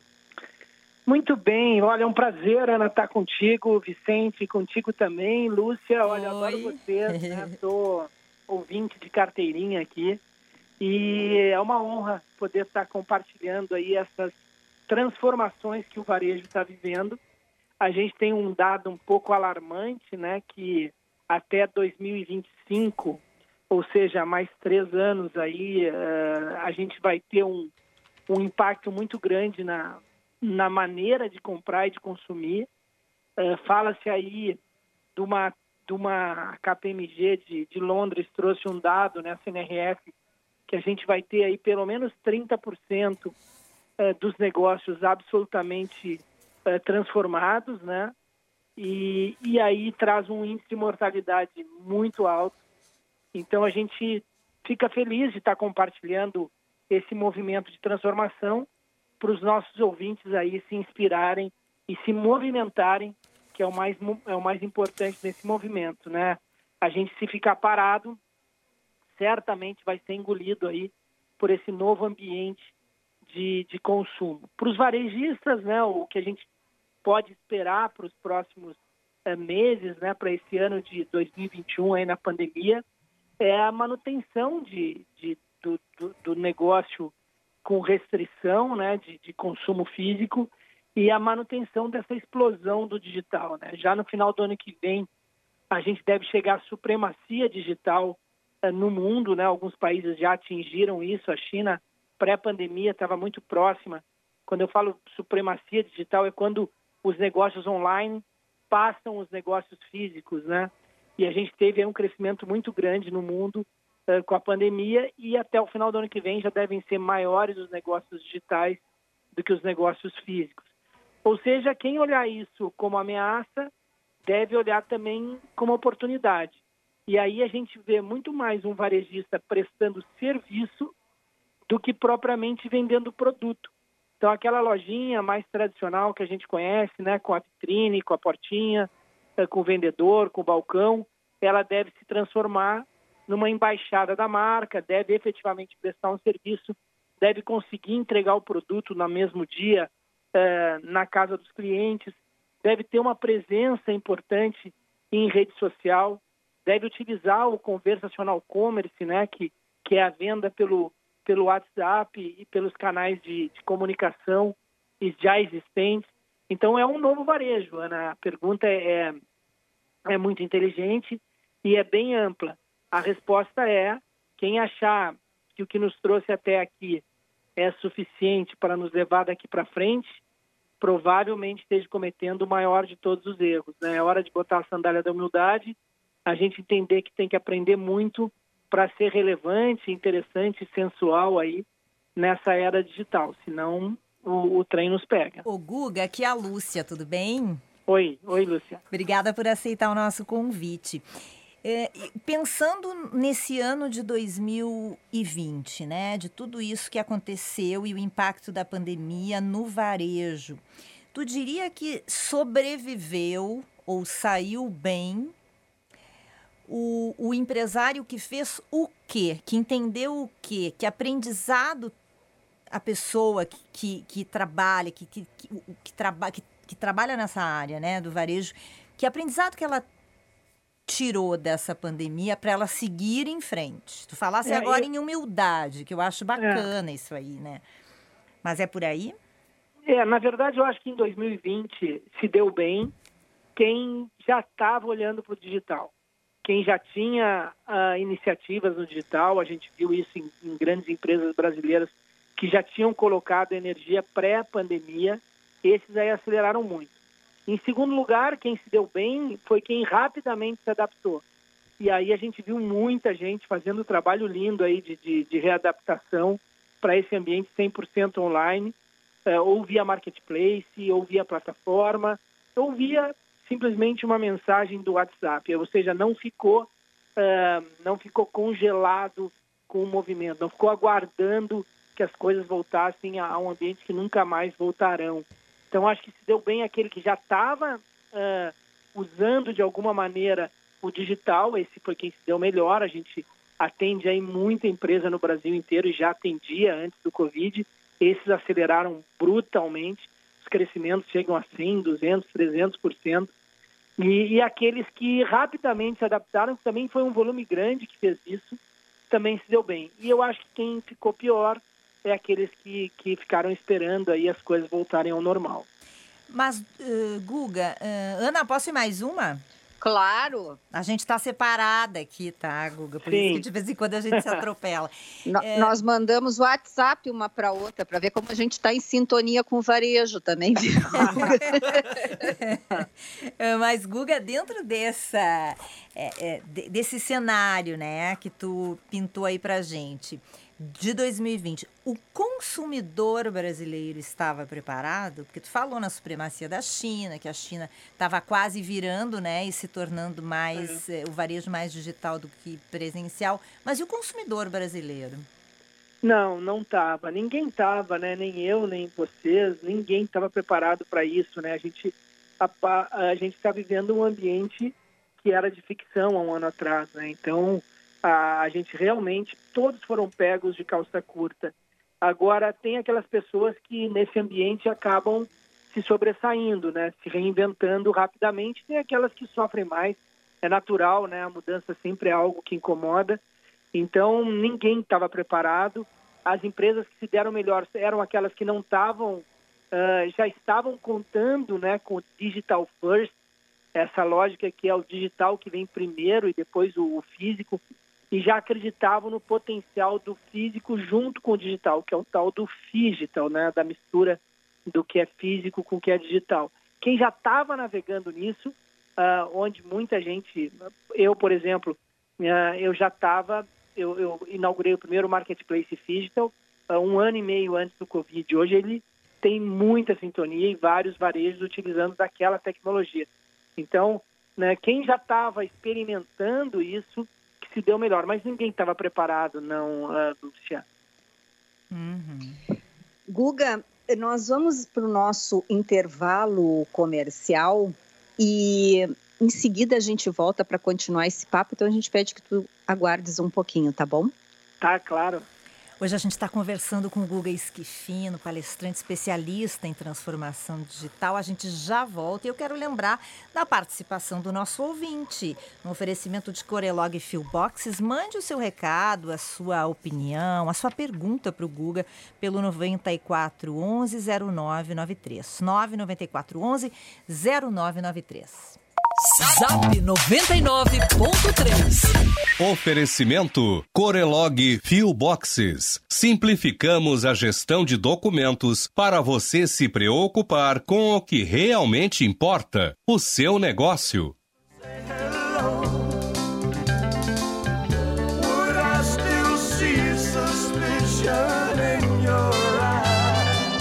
Muito bem, olha, é um prazer, Ana, estar contigo, Vicente, contigo também. Lúcia, olha, Oi. adoro vocês, né? Sou ouvinte de carteirinha aqui e é uma honra poder estar compartilhando aí essas transformações que o varejo está vivendo. A gente tem um dado um pouco alarmante, né, que até dois mil e vinte e cinco, ou seja, mais três anos aí, uh, a gente vai ter um, um impacto muito grande na, na maneira de comprar e de consumir. Uh, fala-se aí de uma, de uma K P M G de, de Londres, trouxe um dado, né, C N R F, que a gente vai ter aí pelo menos trinta por cento uh, dos negócios absolutamente uh, transformados, né? E, e aí traz um índice de mortalidade muito alto. Então, a gente fica feliz de estar compartilhando esse movimento de transformação para os nossos ouvintes aí se inspirarem e se movimentarem, que é o mais, é o mais importante nesse movimento, né? A gente, se ficar parado, certamente vai ser engolido aí por esse novo ambiente de, de consumo. Para os varejistas, né, o que a gente pode esperar para os próximos é, meses, né, para esse ano de dois mil e vinte e um, aí na pandemia, é a manutenção de, de, do, do, do negócio com restrição, né, de, de consumo físico e a manutenção dessa explosão do digital, né? Já no final do ano que vem, a gente deve chegar à supremacia digital é, no mundo, né? Alguns países já atingiram isso, a China, pré-pandemia, estava muito próxima. Quando eu falo supremacia digital, é quando os negócios online passam os negócios físicos, né? E a gente teve aí um crescimento muito grande no mundo uh, com a pandemia e até o final do ano que vem já devem ser maiores os negócios digitais do que os negócios físicos. Ou seja, quem olhar isso como ameaça deve olhar também como oportunidade. E aí a gente vê muito mais um varejista prestando serviço do que propriamente vendendo produto. Então, aquela lojinha mais tradicional que a gente conhece, né, com a vitrine, com a portinha, com o vendedor, com o balcão, ela deve se transformar numa embaixada da marca, deve efetivamente prestar um serviço, deve conseguir entregar o produto no mesmo dia eh, na casa dos clientes, deve ter uma presença importante em rede social, deve utilizar o conversational commerce, né, que, que é a venda pelo, pelo WhatsApp e pelos canais de, de comunicação já existentes. Então, é um novo varejo, Ana. A pergunta é, é muito inteligente e é bem ampla. A resposta é, quem achar que o que nos trouxe até aqui é suficiente para nos levar daqui para frente, provavelmente esteja cometendo o maior de todos os erros, né? É hora de botar a sandália da humildade, a gente entender que tem que aprender muito para ser relevante, interessante e sensual aí nessa era digital, senão o, o trem nos pega. Ô Guga, aqui é a Lúcia, tudo bem? Oi, oi Lúcia. Obrigada por aceitar o nosso convite. É, pensando nesse ano de dois mil e vinte, né, de tudo isso que aconteceu e o impacto da pandemia no varejo, tu diria que sobreviveu ou saiu bem o, o empresário que fez o quê? Que entendeu o quê? Que aprendizado a pessoa que, que, que trabalha, que, que, que, que, traba, que, que trabalha nessa área, né, do varejo, que aprendizado que ela tirou dessa pandemia para ela seguir em frente? Tu falasse é, agora eu... em humildade, que eu acho bacana é. isso aí, né? Mas é por aí? É, na verdade, eu acho que em dois mil e vinte se deu bem quem já estava olhando para o digital. Quem já tinha uh, iniciativas no digital, a gente viu isso em, em grandes empresas brasileiras que já tinham colocado energia pré-pandemia, esses aí aceleraram muito. Em segundo lugar, quem se deu bem foi quem rapidamente se adaptou. E aí a gente viu muita gente fazendo um trabalho lindo aí de, de, de readaptação para esse ambiente cem por cento online, é, ou via marketplace, ou via plataforma, ou via simplesmente uma mensagem do WhatsApp. Ou seja, não ficou, uh, não ficou congelado com o movimento, não ficou aguardando que as coisas voltassem a, a um ambiente que nunca mais voltarão. Então, acho que se deu bem aquele que já estava uh, usando de alguma maneira o digital, esse foi quem se deu melhor. A gente atende aí muita empresa no Brasil inteiro e já atendia antes do Covid. Esses aceleraram brutalmente, os crescimentos chegam a cem, duzentos, trezentos por cento. E, e aqueles que rapidamente se adaptaram, que também foi um volume grande que fez isso, também se deu bem. E eu acho que quem ficou pior é aqueles que, que ficaram esperando aí as coisas voltarem ao normal. Mas, uh, Guga, uh, Ana, posso ir mais uma? Claro. A gente está separada aqui, tá, Guga? Por Sim. isso que de vez em quando a gente se atropela. No- É. Nós mandamos o WhatsApp uma para outra para ver como a gente está em sintonia com o varejo também. viu? É, Mas, Guga, dentro dessa, é, é, de- desse cenário, né, que tu pintou aí pra gente, de dois mil e vinte, o consumidor brasileiro estava preparado? Porque tu falou na supremacia da China, que a China estava quase virando, né, e se tornando mais, eh, o varejo mais digital do que presencial. Mas e o consumidor brasileiro? Não, não estava. Ninguém estava, né? Nem eu, nem vocês, ninguém estava preparado para isso, né? A gente a, pa- a gente está vivendo um ambiente que era de ficção há um ano atrás, né? Então, a, a gente realmente, todos foram pegos de calça curta. Agora, tem aquelas pessoas que nesse ambiente acabam se sobressaindo, né? Se reinventando rapidamente. Tem aquelas que sofrem mais. É natural, né? A mudança sempre é algo que incomoda. Então, ninguém estava preparado. As empresas que se deram melhor eram aquelas que não estavam, ah, já estavam contando, né, com o digital first, essa lógica que é o digital que vem primeiro e depois o, o físico, e já acreditavam no potencial do físico junto com o digital, que é o tal do phygital, né, da mistura do que é físico com o que é digital. Quem já estava navegando nisso, ah, onde muita gente, eu, por exemplo, ah, eu já estava, eu, eu inaugurei o primeiro marketplace Phygital ah, um ano e meio antes do Covid. Hoje ele tem muita sintonia e vários varejos utilizando daquela tecnologia. Então, né, quem já estava experimentando isso, que se deu melhor, mas ninguém estava preparado, não, uh, Lúcia. Guga, nós vamos para o nosso intervalo comercial e em seguida a gente volta para continuar esse papo, então a gente pede que tu aguardes um pouquinho, tá bom? Tá, claro. Hoje a gente está conversando com o Guga Schifino, palestrante especialista em transformação digital. A gente já volta e eu quero lembrar da participação do nosso ouvinte. No oferecimento de Corelog Fuel Boxes, mande o seu recado, a sua opinião, a sua pergunta para o Guga pelo nove quatro um um zero nove nove três. nove nove quatro um um zero nove nove três. Zap noventa e nove ponto três. Oferecimento Corelog Fuel Boxes. Simplificamos a gestão de documentos para você se preocupar com o que realmente importa, o seu negócio. Would I still see suspicion in your eyes?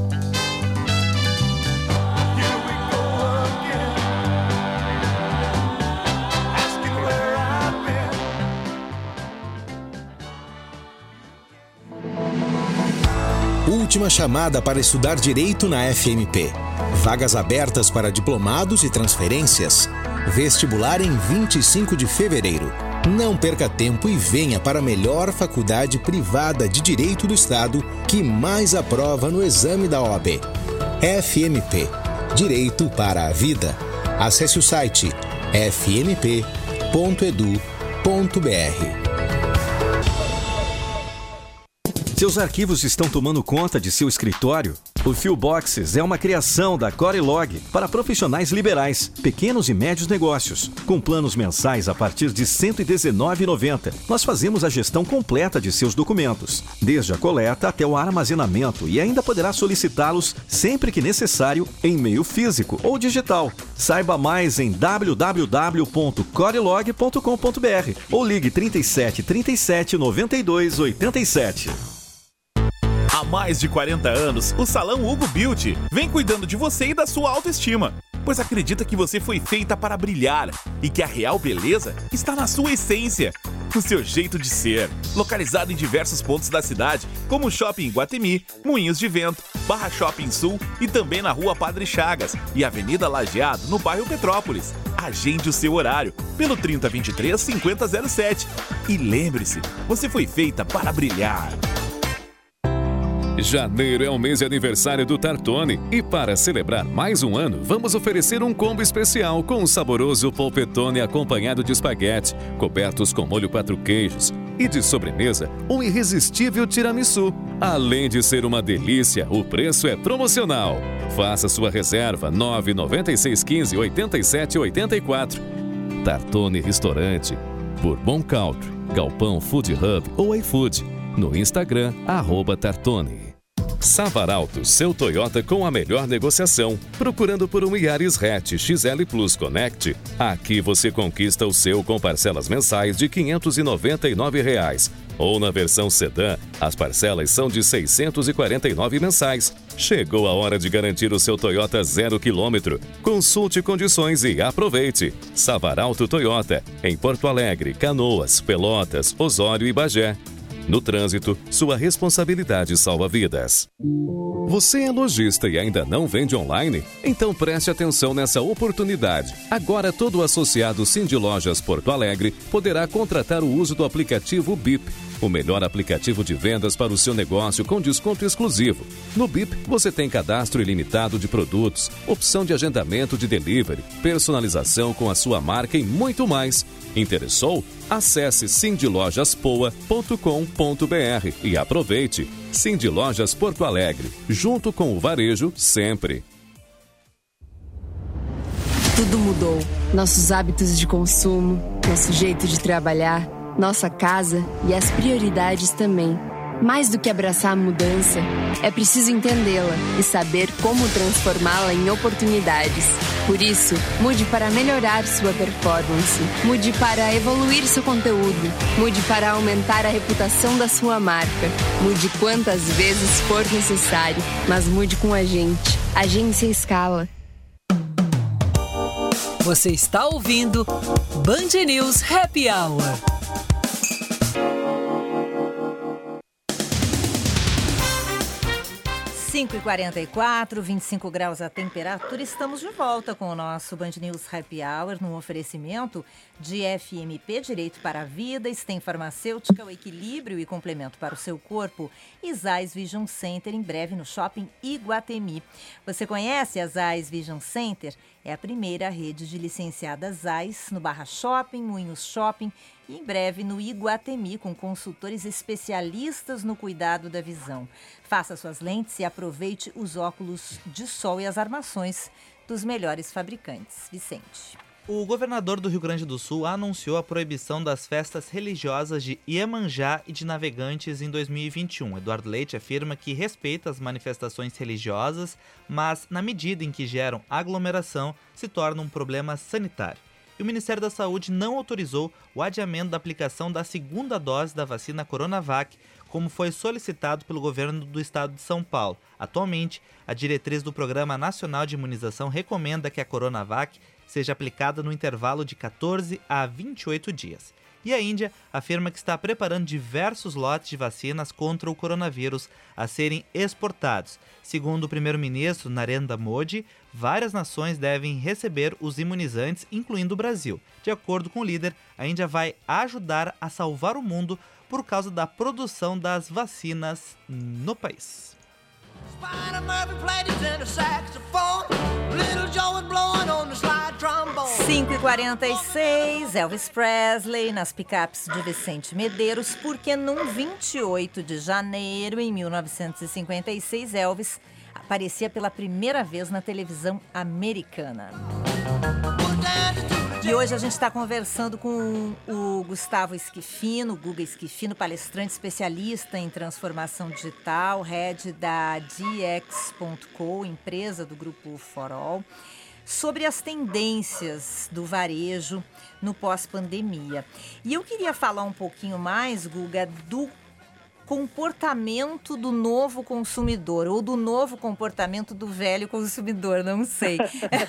Here we go again, asking where I've been. Última chamada para estudar Direito na F M P. Vagas abertas para diplomados e transferências. Vestibular em vinte e cinco de fevereiro. Não perca tempo e venha para a melhor faculdade privada de Direito do Estado que mais aprova no exame da O A B. F M P. Direito para a vida. Acesse o site f m p ponto edu ponto b r. Seus arquivos estão tomando conta de seu escritório? O Philboxes é uma criação da Corelog para profissionais liberais, pequenos e médios negócios. Com planos mensais a partir de cento e dezenove reais e noventa centavos, nós fazemos a gestão completa de seus documentos, desde a coleta até o armazenamento, e ainda poderá solicitá-los sempre que necessário em meio físico ou digital. Saiba mais em w w w ponto corelog ponto com ponto b r ou ligue trinta e sete, trinta e sete, noventa e dois, oitenta e sete. Há mais de quarenta anos, o Salão Hugo Beauty vem cuidando de você e da sua autoestima, pois acredita que você foi feita para brilhar e que a real beleza está na sua essência, no seu jeito de ser. Localizado em diversos pontos da cidade, como o Shopping Iguatemi, Moinhos de Vento, Barra Shopping Sul e também na Rua Padre Chagas e Avenida Lajeado, no bairro Petrópolis. Agende o seu horário pelo trinta, vinte e três, cinquenta, zero sete. E lembre-se, você foi feita para brilhar. Janeiro é o mês de aniversário do Tartone e para celebrar mais um ano, vamos oferecer um combo especial com um saboroso polpetone acompanhado de espaguete, cobertos com molho quatro queijos e de sobremesa, um irresistível tiramisu. Além de ser uma delícia, o preço é promocional. Faça sua reserva nove nove seis um cinco, oito sete oito quatro. Tartone Restaurante, Bourbon Country, Galpão Food Hub ou iFood. No Instagram, arroba Tartone. Savaralto, seu Toyota com a melhor negociação. Procurando por um Yaris Hatch X L Plus Connect? Aqui você conquista o seu com parcelas mensais de quinhentos e noventa e nove reais. Ou na versão sedã, as parcelas são de seiscentos e quarenta e nove mensais. Chegou a hora de garantir o seu Toyota zero quilômetro. Consulte condições e aproveite. Savaralto Toyota, em Porto Alegre, Canoas, Pelotas, Osório e Bagé. No trânsito, sua responsabilidade salva vidas. Você é lojista e ainda não vende online? Então preste atenção nessa oportunidade. Agora todo associado Cindy Lojas Porto Alegre poderá contratar o uso do aplicativo B I P, o melhor aplicativo de vendas para o seu negócio com desconto exclusivo. No B I P, você tem cadastro ilimitado de produtos, opção de agendamento de delivery, personalização com a sua marca e muito mais. Interessou? Acesse cindy lojas poa ponto com ponto b r e aproveite. Cindy Lojas Porto Alegre, junto com o varejo sempre. Tudo mudou. Nossos hábitos de consumo, nosso jeito de trabalhar, nossa casa e as prioridades também. Mais do que abraçar a mudança, é preciso entendê-la e saber como transformá-la em oportunidades. Por isso, mude para melhorar sua performance, mude para evoluir seu conteúdo, mude para aumentar a reputação da sua marca, mude quantas vezes for necessário, mas mude com a gente. Agência Escala. Você está ouvindo Band News Happy Hour. cinco e quarenta e quatro, vinte e cinco graus a temperatura. Estamos de volta com o nosso Band News Happy Hour no oferecimento de F M P, Direito para a Vida, Stem Farmacêutica, o equilíbrio e complemento para o seu corpo, e Zais Vision Center, em breve no Shopping Iguatemi. Você conhece a Zais Vision Center? É a primeira rede de licenciadas Zais no Barra Shopping, Moinhos Shopping e em breve no Iguatemi, com consultores especialistas no cuidado da visão. Faça suas lentes e aproveite os óculos de sol e as armações dos melhores fabricantes. Vicente. O governador do Rio Grande do Sul anunciou a proibição das festas religiosas de Iemanjá e de Navegantes em dois mil e vinte e um. Eduardo Leite afirma que respeita as manifestações religiosas, mas na medida em que geram aglomeração, se torna um problema sanitário. E o Ministério da Saúde não autorizou o adiamento da aplicação da segunda dose da vacina Coronavac, como foi solicitado pelo governo do estado de São Paulo. Atualmente, a diretriz do Programa Nacional de Imunização recomenda que a Coronavac seja aplicada no intervalo de quatorze a vinte e oito dias. E a Índia afirma que está preparando diversos lotes de vacinas contra o coronavírus a serem exportados. Segundo o primeiro-ministro Narendra Modi, várias nações devem receber os imunizantes, incluindo o Brasil. De acordo com o líder, a Índia vai ajudar a salvar o mundo por causa da produção das vacinas no país. cinco e quarenta e seis, Elvis Presley nas picapes de Vicente Medeiros, porque num vinte e oito de janeiro, em mil novecentos e cinquenta e seis, Elvis aparecia pela primeira vez na televisão americana. E hoje a gente está conversando com o Gustavo Schifino, o Guga Schifino, palestrante especialista em transformação digital, head da D X ponto co, empresa do grupo For All, sobre as tendências do varejo no pós-pandemia. E eu queria falar um pouquinho mais, Guga, do comportamento do novo consumidor, ou do novo comportamento do velho consumidor, não sei.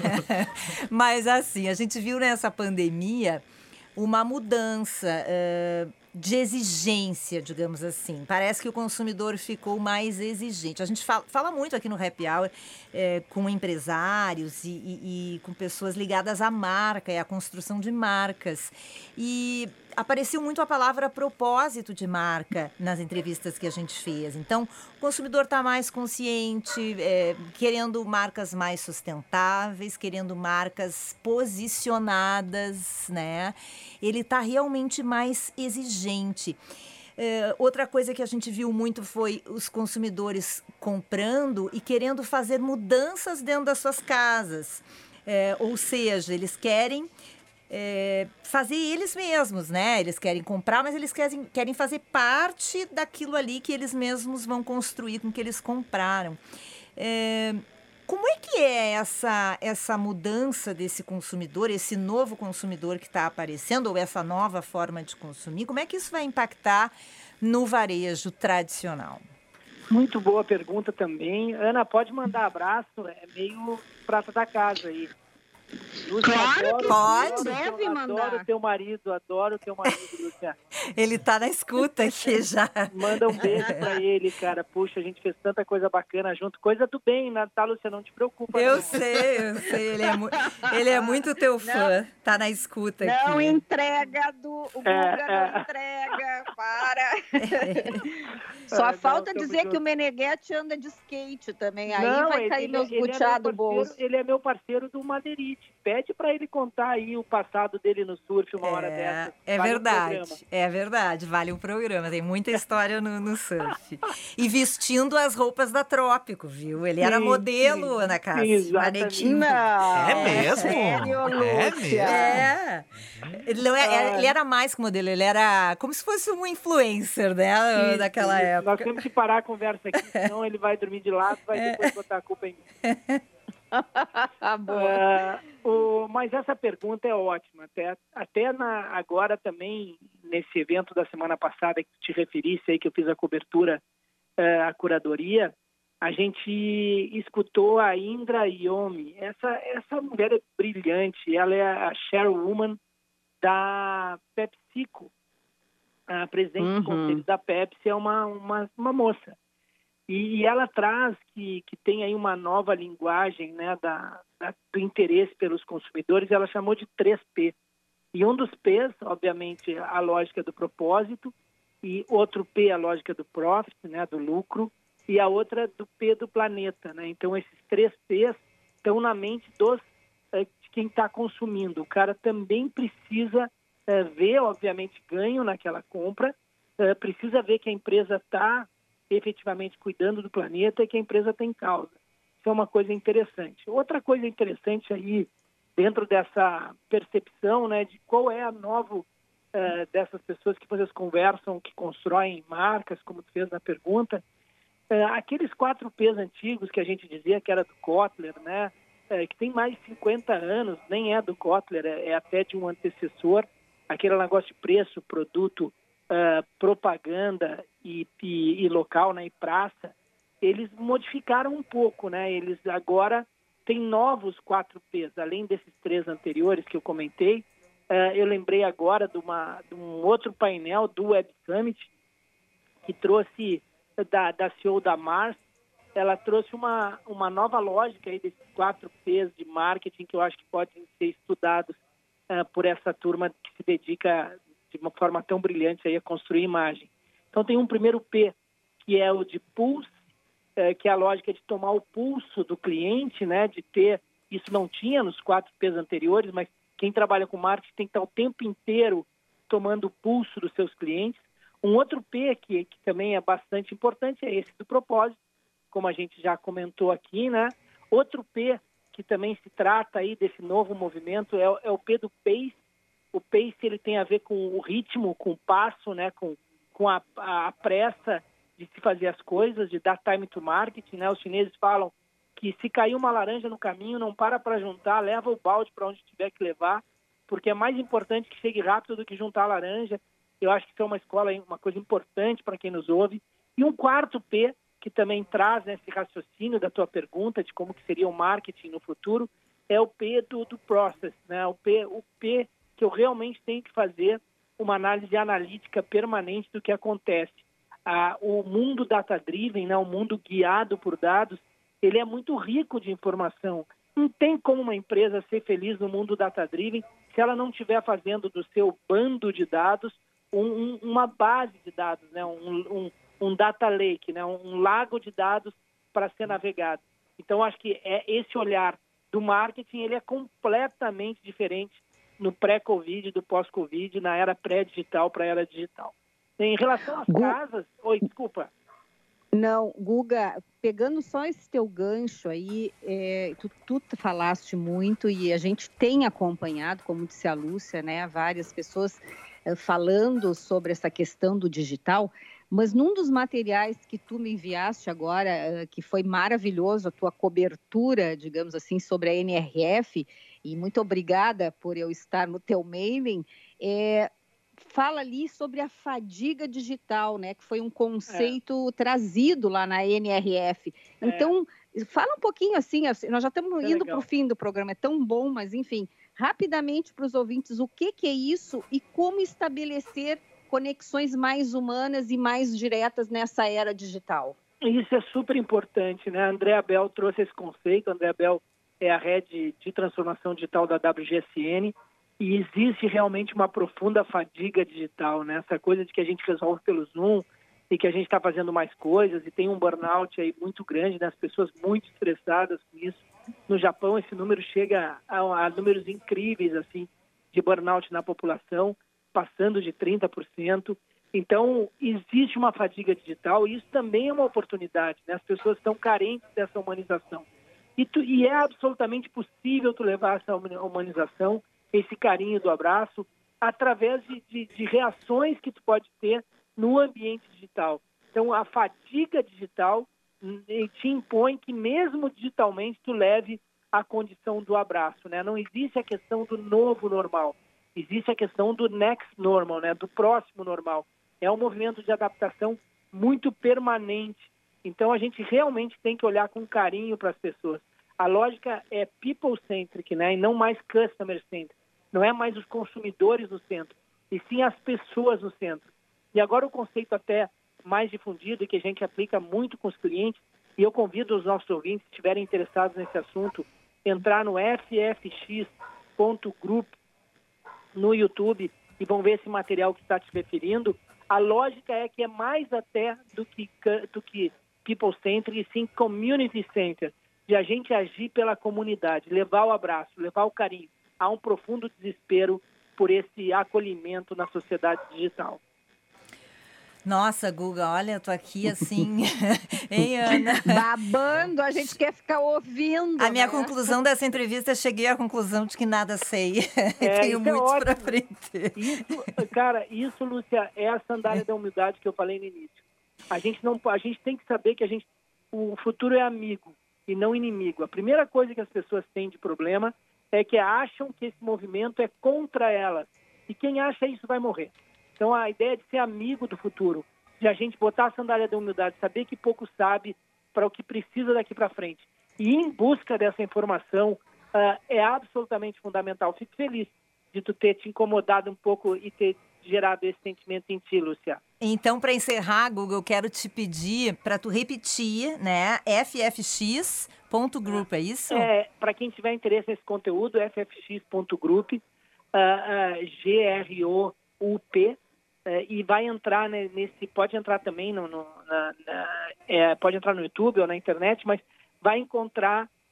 Mas assim, a gente viu nessa pandemia uma mudança uh, de exigência, digamos assim. Parece que o consumidor ficou mais exigente. A gente fala, fala muito aqui no Happy Hour eh, com empresários e, e, e com pessoas ligadas à marca e à construção de marcas. E apareceu muito a palavra propósito de marca nas entrevistas que a gente fez. Então, o consumidor está mais consciente, é, querendo marcas mais sustentáveis, querendo marcas posicionadas, né? Ele está realmente mais exigente. É, outra coisa que a gente viu muito foi os consumidores comprando e querendo fazer mudanças dentro das suas casas. É, ou seja, eles querem É, fazer eles mesmos, né? Eles querem comprar, mas eles querem, querem fazer parte daquilo ali que eles mesmos vão construir com o que eles compraram. É, como é que é essa, essa mudança desse consumidor, esse novo consumidor que está aparecendo, ou essa nova forma de consumir? Como é que isso vai impactar no varejo tradicional? Muito boa pergunta também. Ana, pode mandar abraço, é meio prata da casa aí. Lúcia, claro adoro, que pode. Deve eu mandar. Adoro teu marido, adoro teu marido, Lúcia. Ele tá na escuta aqui já. Manda um beijo pra ele, cara. Puxa, a gente fez tanta coisa bacana junto. Coisa do bem, né? Tá, Lúcia? Não te preocupa. Eu não. sei, eu sei. Ele é, mu- ele é muito teu fã. Não, tá na escuta aqui. Não entrega, do, o Guga É, não é. entrega, para. Só Ah, falta não, dizer junto. que o Meneghete anda de skate também. Aí Não, vai ele- cair ele- meus ele é meu buteados do parceiro- bolso. Ele é meu parceiro do Madeirite. Pede pra ele contar aí o passado dele no surf uma hora dessa. É Vale um verdade, programa. é verdade, vale um programa, tem muita história no, no surf. E vestindo as roupas da Trópico, viu? Ele era Sim, modelo, sim, Ana Cássia, exatamente. manequim. Não, É mesmo? sério, É Lúcia? mesmo? É. Ele, não é- ele era mais que modelo, ele era como se fosse um influencer, né, Isso, daquela isso. época. Nós temos que parar a conversa aqui, senão ele vai dormir de lado e vai depois botar a culpa em mim. Ah, o- mas essa pergunta é ótima. Até, até na, agora também, nesse evento da semana passada que tu te referisse aí, que eu fiz a cobertura, eh, a curadoria, a gente escutou a Indra Yomi. Essa, essa mulher é brilhante. Ela é a chairwoman da PepsiCo. A presidente Uhum. do conselho da Pepsi é uma, uma, uma moça. E, e ela traz que, que tem aí uma nova linguagem, né, da, da- do interesse pelos consumidores. Ela chamou de três P. E um dos P's, obviamente, a lógica do propósito, e outro P, a lógica do profit, né, do lucro, e a outra do P do planeta, né? Então, esses três P's estão na mente dos, eh, de quem está consumindo. O cara também precisa eh, ver, obviamente, ganho naquela compra, eh, precisa ver que a empresa está efetivamente cuidando do planeta e que a empresa tem causa. Isso é uma coisa interessante. Outra coisa interessante aí, dentro dessa percepção, né, de qual é a nova eh, dessas pessoas que vocês conversam, que constroem marcas, como tu fez na pergunta, eh, aqueles quatro P's antigos que a gente dizia que era do Kotler, né, eh, que tem mais de cinquenta anos, nem é do Kotler, é, é até de um antecessor, aquele negócio de preço, produto, Uh, propaganda e, e, e local, né, e praça, eles modificaram um pouco, né? Eles agora têm novos quatro P's, além desses três anteriores que eu comentei. Uh, eu lembrei agora de, uma, de um outro painel do Web Summit que trouxe da, da C E O da Mars. Ela trouxe uma, uma nova lógica aí desses quatro P's de marketing que eu acho que podem ser estudados uh, por essa turma que se dedica de uma forma tão brilhante aí a construir imagem. Então tem um primeiro P, que é o de pulse, é, que é a lógica de tomar o pulso do cliente, né, de ter, isso não tinha nos quatro P's anteriores, mas quem trabalha com marketing tem que estar o tempo inteiro tomando o pulso dos seus clientes. Um outro P que, que também é bastante importante é esse do propósito, como a gente já comentou aqui, né? Outro P que também se trata aí desse novo movimento é, é o P do pace. O pace ele tem a ver com o ritmo, com o passo, né? Com, com a, a pressa de se fazer as coisas, de dar time to market, né? Os chineses falam que se cair uma laranja no caminho, não para para juntar, leva o balde para onde tiver que levar, porque é mais importante que chegue rápido do que juntar a laranja. Eu acho que isso é uma escola, uma coisa importante para quem nos ouve. E um quarto P, que também traz, né, esse raciocínio da tua pergunta de como que seria o marketing no futuro, é o P do, do process, né? O P, o P que eu realmente tenho que fazer uma análise analítica permanente do que acontece. Ah, o mundo data-driven, né, o mundo guiado por dados, ele é muito rico de informação. Não tem como uma empresa ser feliz no mundo data-driven se ela não estiver fazendo do seu bando de dados um, um, uma base de dados, né, um, um, um data lake, né, um lago de dados para ser navegado. Então, acho que é esse olhar do marketing, ele é completamente diferente no pré-Covid, do pós-Covid, na era pré-digital para a era digital. Em relação às casas... Oi, desculpa. Não, Guga, pegando só esse teu gancho aí, é, tu, tu falaste muito e a gente tem acompanhado, como disse a Lúcia, né, várias pessoas é, falando sobre essa questão do digital, mas num dos materiais que tu me enviaste agora, é, que foi maravilhoso, a tua cobertura, digamos assim, sobre a N R F, e muito obrigada por eu estar no teu mailing, é, fala ali sobre a fadiga digital, né? Que foi um conceito é. trazido lá na N R F. Então, é. fala um pouquinho assim, nós já estamos é indo para o fim do programa, é tão bom, mas enfim, rapidamente para os ouvintes, o que, que é isso e como estabelecer conexões mais humanas e mais diretas nessa era digital? Isso é super importante, né? A Andrea Bell trouxe esse conceito, a Andrea Bell é a head de transformação digital da W G S N, e existe realmente uma profunda fadiga digital, né? Essa coisa de que a gente resolve pelo Zoom e que a gente está fazendo mais coisas e tem um burnout aí muito grande, né? As pessoas muito estressadas com isso. No Japão, esse número chega a, a números incríveis, assim, de burnout na população, passando de trinta por cento. Então, existe uma fadiga digital e isso também é uma oportunidade, né? As pessoas estão carentes dessa humanização. E, tu, e é absolutamente possível tu levar essa humanização, esse carinho do abraço, através de, de, de reações que tu pode ter no ambiente digital. Então, a fadiga digital te impõe que, mesmo digitalmente, tu leve a condição do abraço, né? Não existe a questão do novo normal, existe a questão do next normal, né? Do próximo normal. É um movimento de adaptação muito permanente. Então, a gente realmente tem que olhar com carinho para as pessoas. A lógica é people-centric, né? E não mais customer-centric. Não é mais os consumidores no centro, e sim as pessoas no centro. E agora o conceito até mais difundido e que a gente aplica muito com os clientes, e eu convido os nossos ouvintes, se estiverem interessados nesse assunto, entrar no f f x ponto group no YouTube e vão ver esse material que está te referindo. A lógica é que é mais até do que, do que people-centric, e sim community-centered, de a gente agir pela comunidade, levar o abraço, levar o carinho. Há um profundo desespero por esse acolhimento na sociedade digital. Nossa, Guga, olha, eu tô aqui assim, hein, Ana? Babando, a gente quer ficar ouvindo. A minha né? conclusão dessa entrevista, cheguei à conclusão de que nada sei. É, Tenho muito é para aprender. Isso, cara, isso, Lúcia, é a sandália da humildade que eu falei no início. A gente, não, a gente tem que saber que a gente, o futuro é amigo e não inimigo. A primeira coisa que as pessoas têm de problema é que acham que esse movimento é contra elas. E quem acha isso vai morrer. Então, a ideia de ser amigo do futuro, de a gente botar a sandália da humildade, saber que pouco sabe para o que precisa daqui para frente, e ir em busca dessa informação, uh, é absolutamente fundamental. Fico feliz de tu ter te incomodado um pouco e ter gerado esse sentimento em ti, Lúcia. Então, para encerrar, Guga, eu quero te pedir para tu repetir, né, f f x ponto group, é isso? É, para quem tiver interesse nesse conteúdo, f f x ponto group, uh, uh, G R O U P, uh, e vai entrar né, nesse, pode entrar também no, no na, na, é, pode entrar no YouTube ou na internet, mas vai encontrar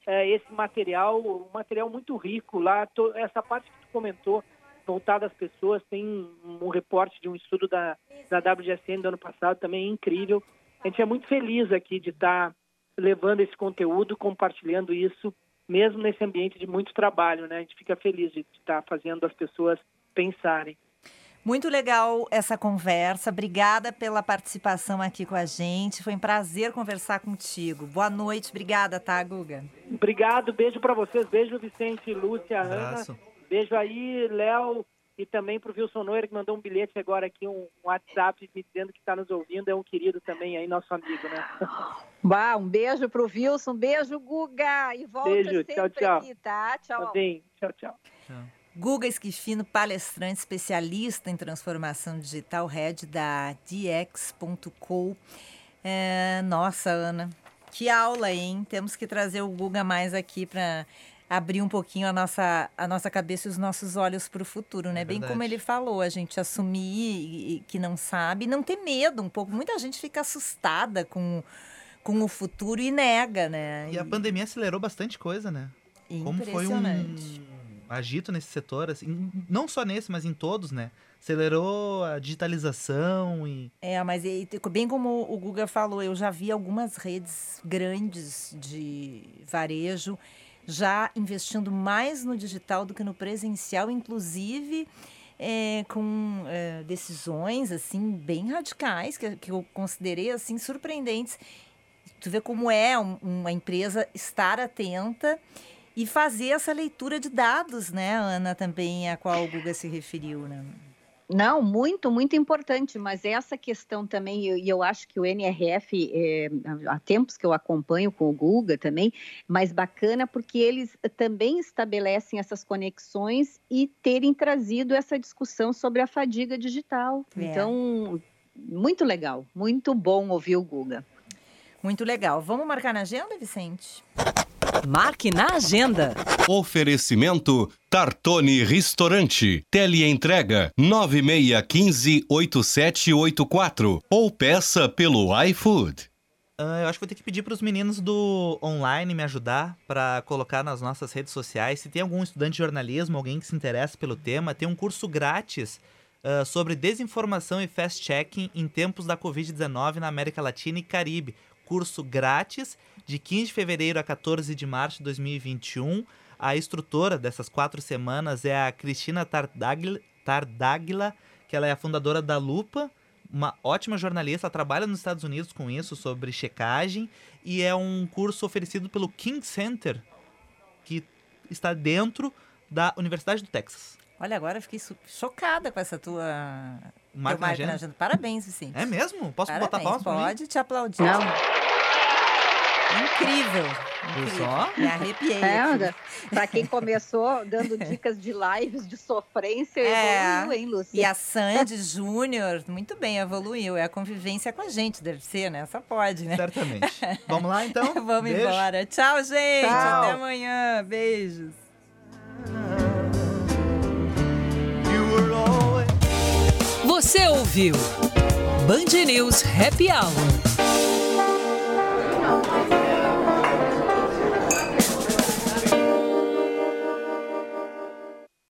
é, esse material, um material muito rico lá. To, essa parte que tu comentou, voltada às pessoas, tem um, um reporte de um estudo da, da W G S N do ano passado, também é incrível. A gente é muito feliz aqui de estar tá levando esse conteúdo, compartilhando isso, mesmo nesse ambiente de muito trabalho, né? A gente fica feliz de estar tá fazendo as pessoas pensarem. Muito legal essa conversa. Obrigada pela participação aqui com a gente. Foi um prazer conversar contigo. Boa noite. Obrigada, tá, Guga? Obrigado. Beijo para vocês. Beijo, Vicente, Lúcia, Abraço. Ana. Beijo aí, Léo. E também para o Wilson Noira, que mandou um bilhete agora aqui, um WhatsApp, me dizendo que está nos ouvindo. É um querido também aí, nosso amigo, né? Bah, um beijo para o Wilson. Um beijo, Guga. E volta beijo, sempre tchau, tchau. aqui, tá? Tchau. Tá bem. Tchau, tchau. Tchau. Guga Esquifino, palestrante especialista em transformação digital, head da D X ponto co. É, nossa, Ana, que aula, hein? Temos que trazer o Guga mais aqui para abrir um pouquinho a nossa, a nossa cabeça e os nossos olhos para o futuro, né? É Bem como ele falou, a gente assumir que não sabe, não ter medo um pouco. Muita gente fica assustada com, com o futuro e nega, né? E a pandemia acelerou bastante coisa, né? Como foi um agito nesse setor, assim, não só nesse, mas em todos, né? Acelerou a digitalização e... É, mas e, bem como o Guga falou, eu já vi algumas redes grandes de varejo já investindo mais no digital do que no presencial, inclusive é, com é, decisões, assim, bem radicais, que, que eu considerei, assim, surpreendentes. Tu vê como é um, uma empresa estar atenta e fazer essa leitura de dados, né, Ana, também a qual o Guga se referiu, né? Não, muito, muito importante, mas essa questão também, e eu, eu acho que o N R F, é, há tempos que eu acompanho com o Guga também, mas bacana porque eles também estabelecem essas conexões e terem trazido essa discussão sobre a fadiga digital. É. Então, muito legal, muito bom ouvir o Guga. Muito legal. Vamos marcar na agenda, Vicente? Marque na agenda. Oferecimento Tartone Restaurante. Teleentrega nove seis um cinco, oito sete oito quatro ou peça pelo iFood. Uh, eu acho que vou ter que pedir para os meninos do online me ajudar para colocar nas nossas redes sociais. Se tem algum estudante de jornalismo, alguém que se interessa pelo tema, tem um curso grátis uh, sobre desinformação e fast-checking em tempos da covid dezenove na América Latina e Caribe. Curso grátis, de quinze de fevereiro a quatorze de março de dois mil e vinte e um. A instrutora dessas quatro semanas é a Cristina Tardáguila, Tardáguila, que ela é a fundadora da Lupa, uma ótima jornalista, ela trabalha nos Estados Unidos com isso, sobre checagem, e é um curso oferecido pelo King Center, que está dentro da Universidade do Texas. Olha, agora eu fiquei chocada com essa tua... Marca na agenda. agenda. Parabéns, Vicente. É mesmo? Posso Parabéns, botar palmas pra mim? Pode te aplaudir. Não. Incrível. Viu Incrível. só? Me arrepiei É, aqui. para quem começou dando dicas de lives de sofrência, É. evoluiu, hein, Lúcia? E a Sandy Júnior, muito bem, evoluiu. É a convivência com a gente, deve ser, né? Só pode, né? Certamente. Vamos lá, então? Vamos Beijo. embora. Tchau, gente. Tchau. Até amanhã. Beijos. Você ouviu Band News Happy Hour.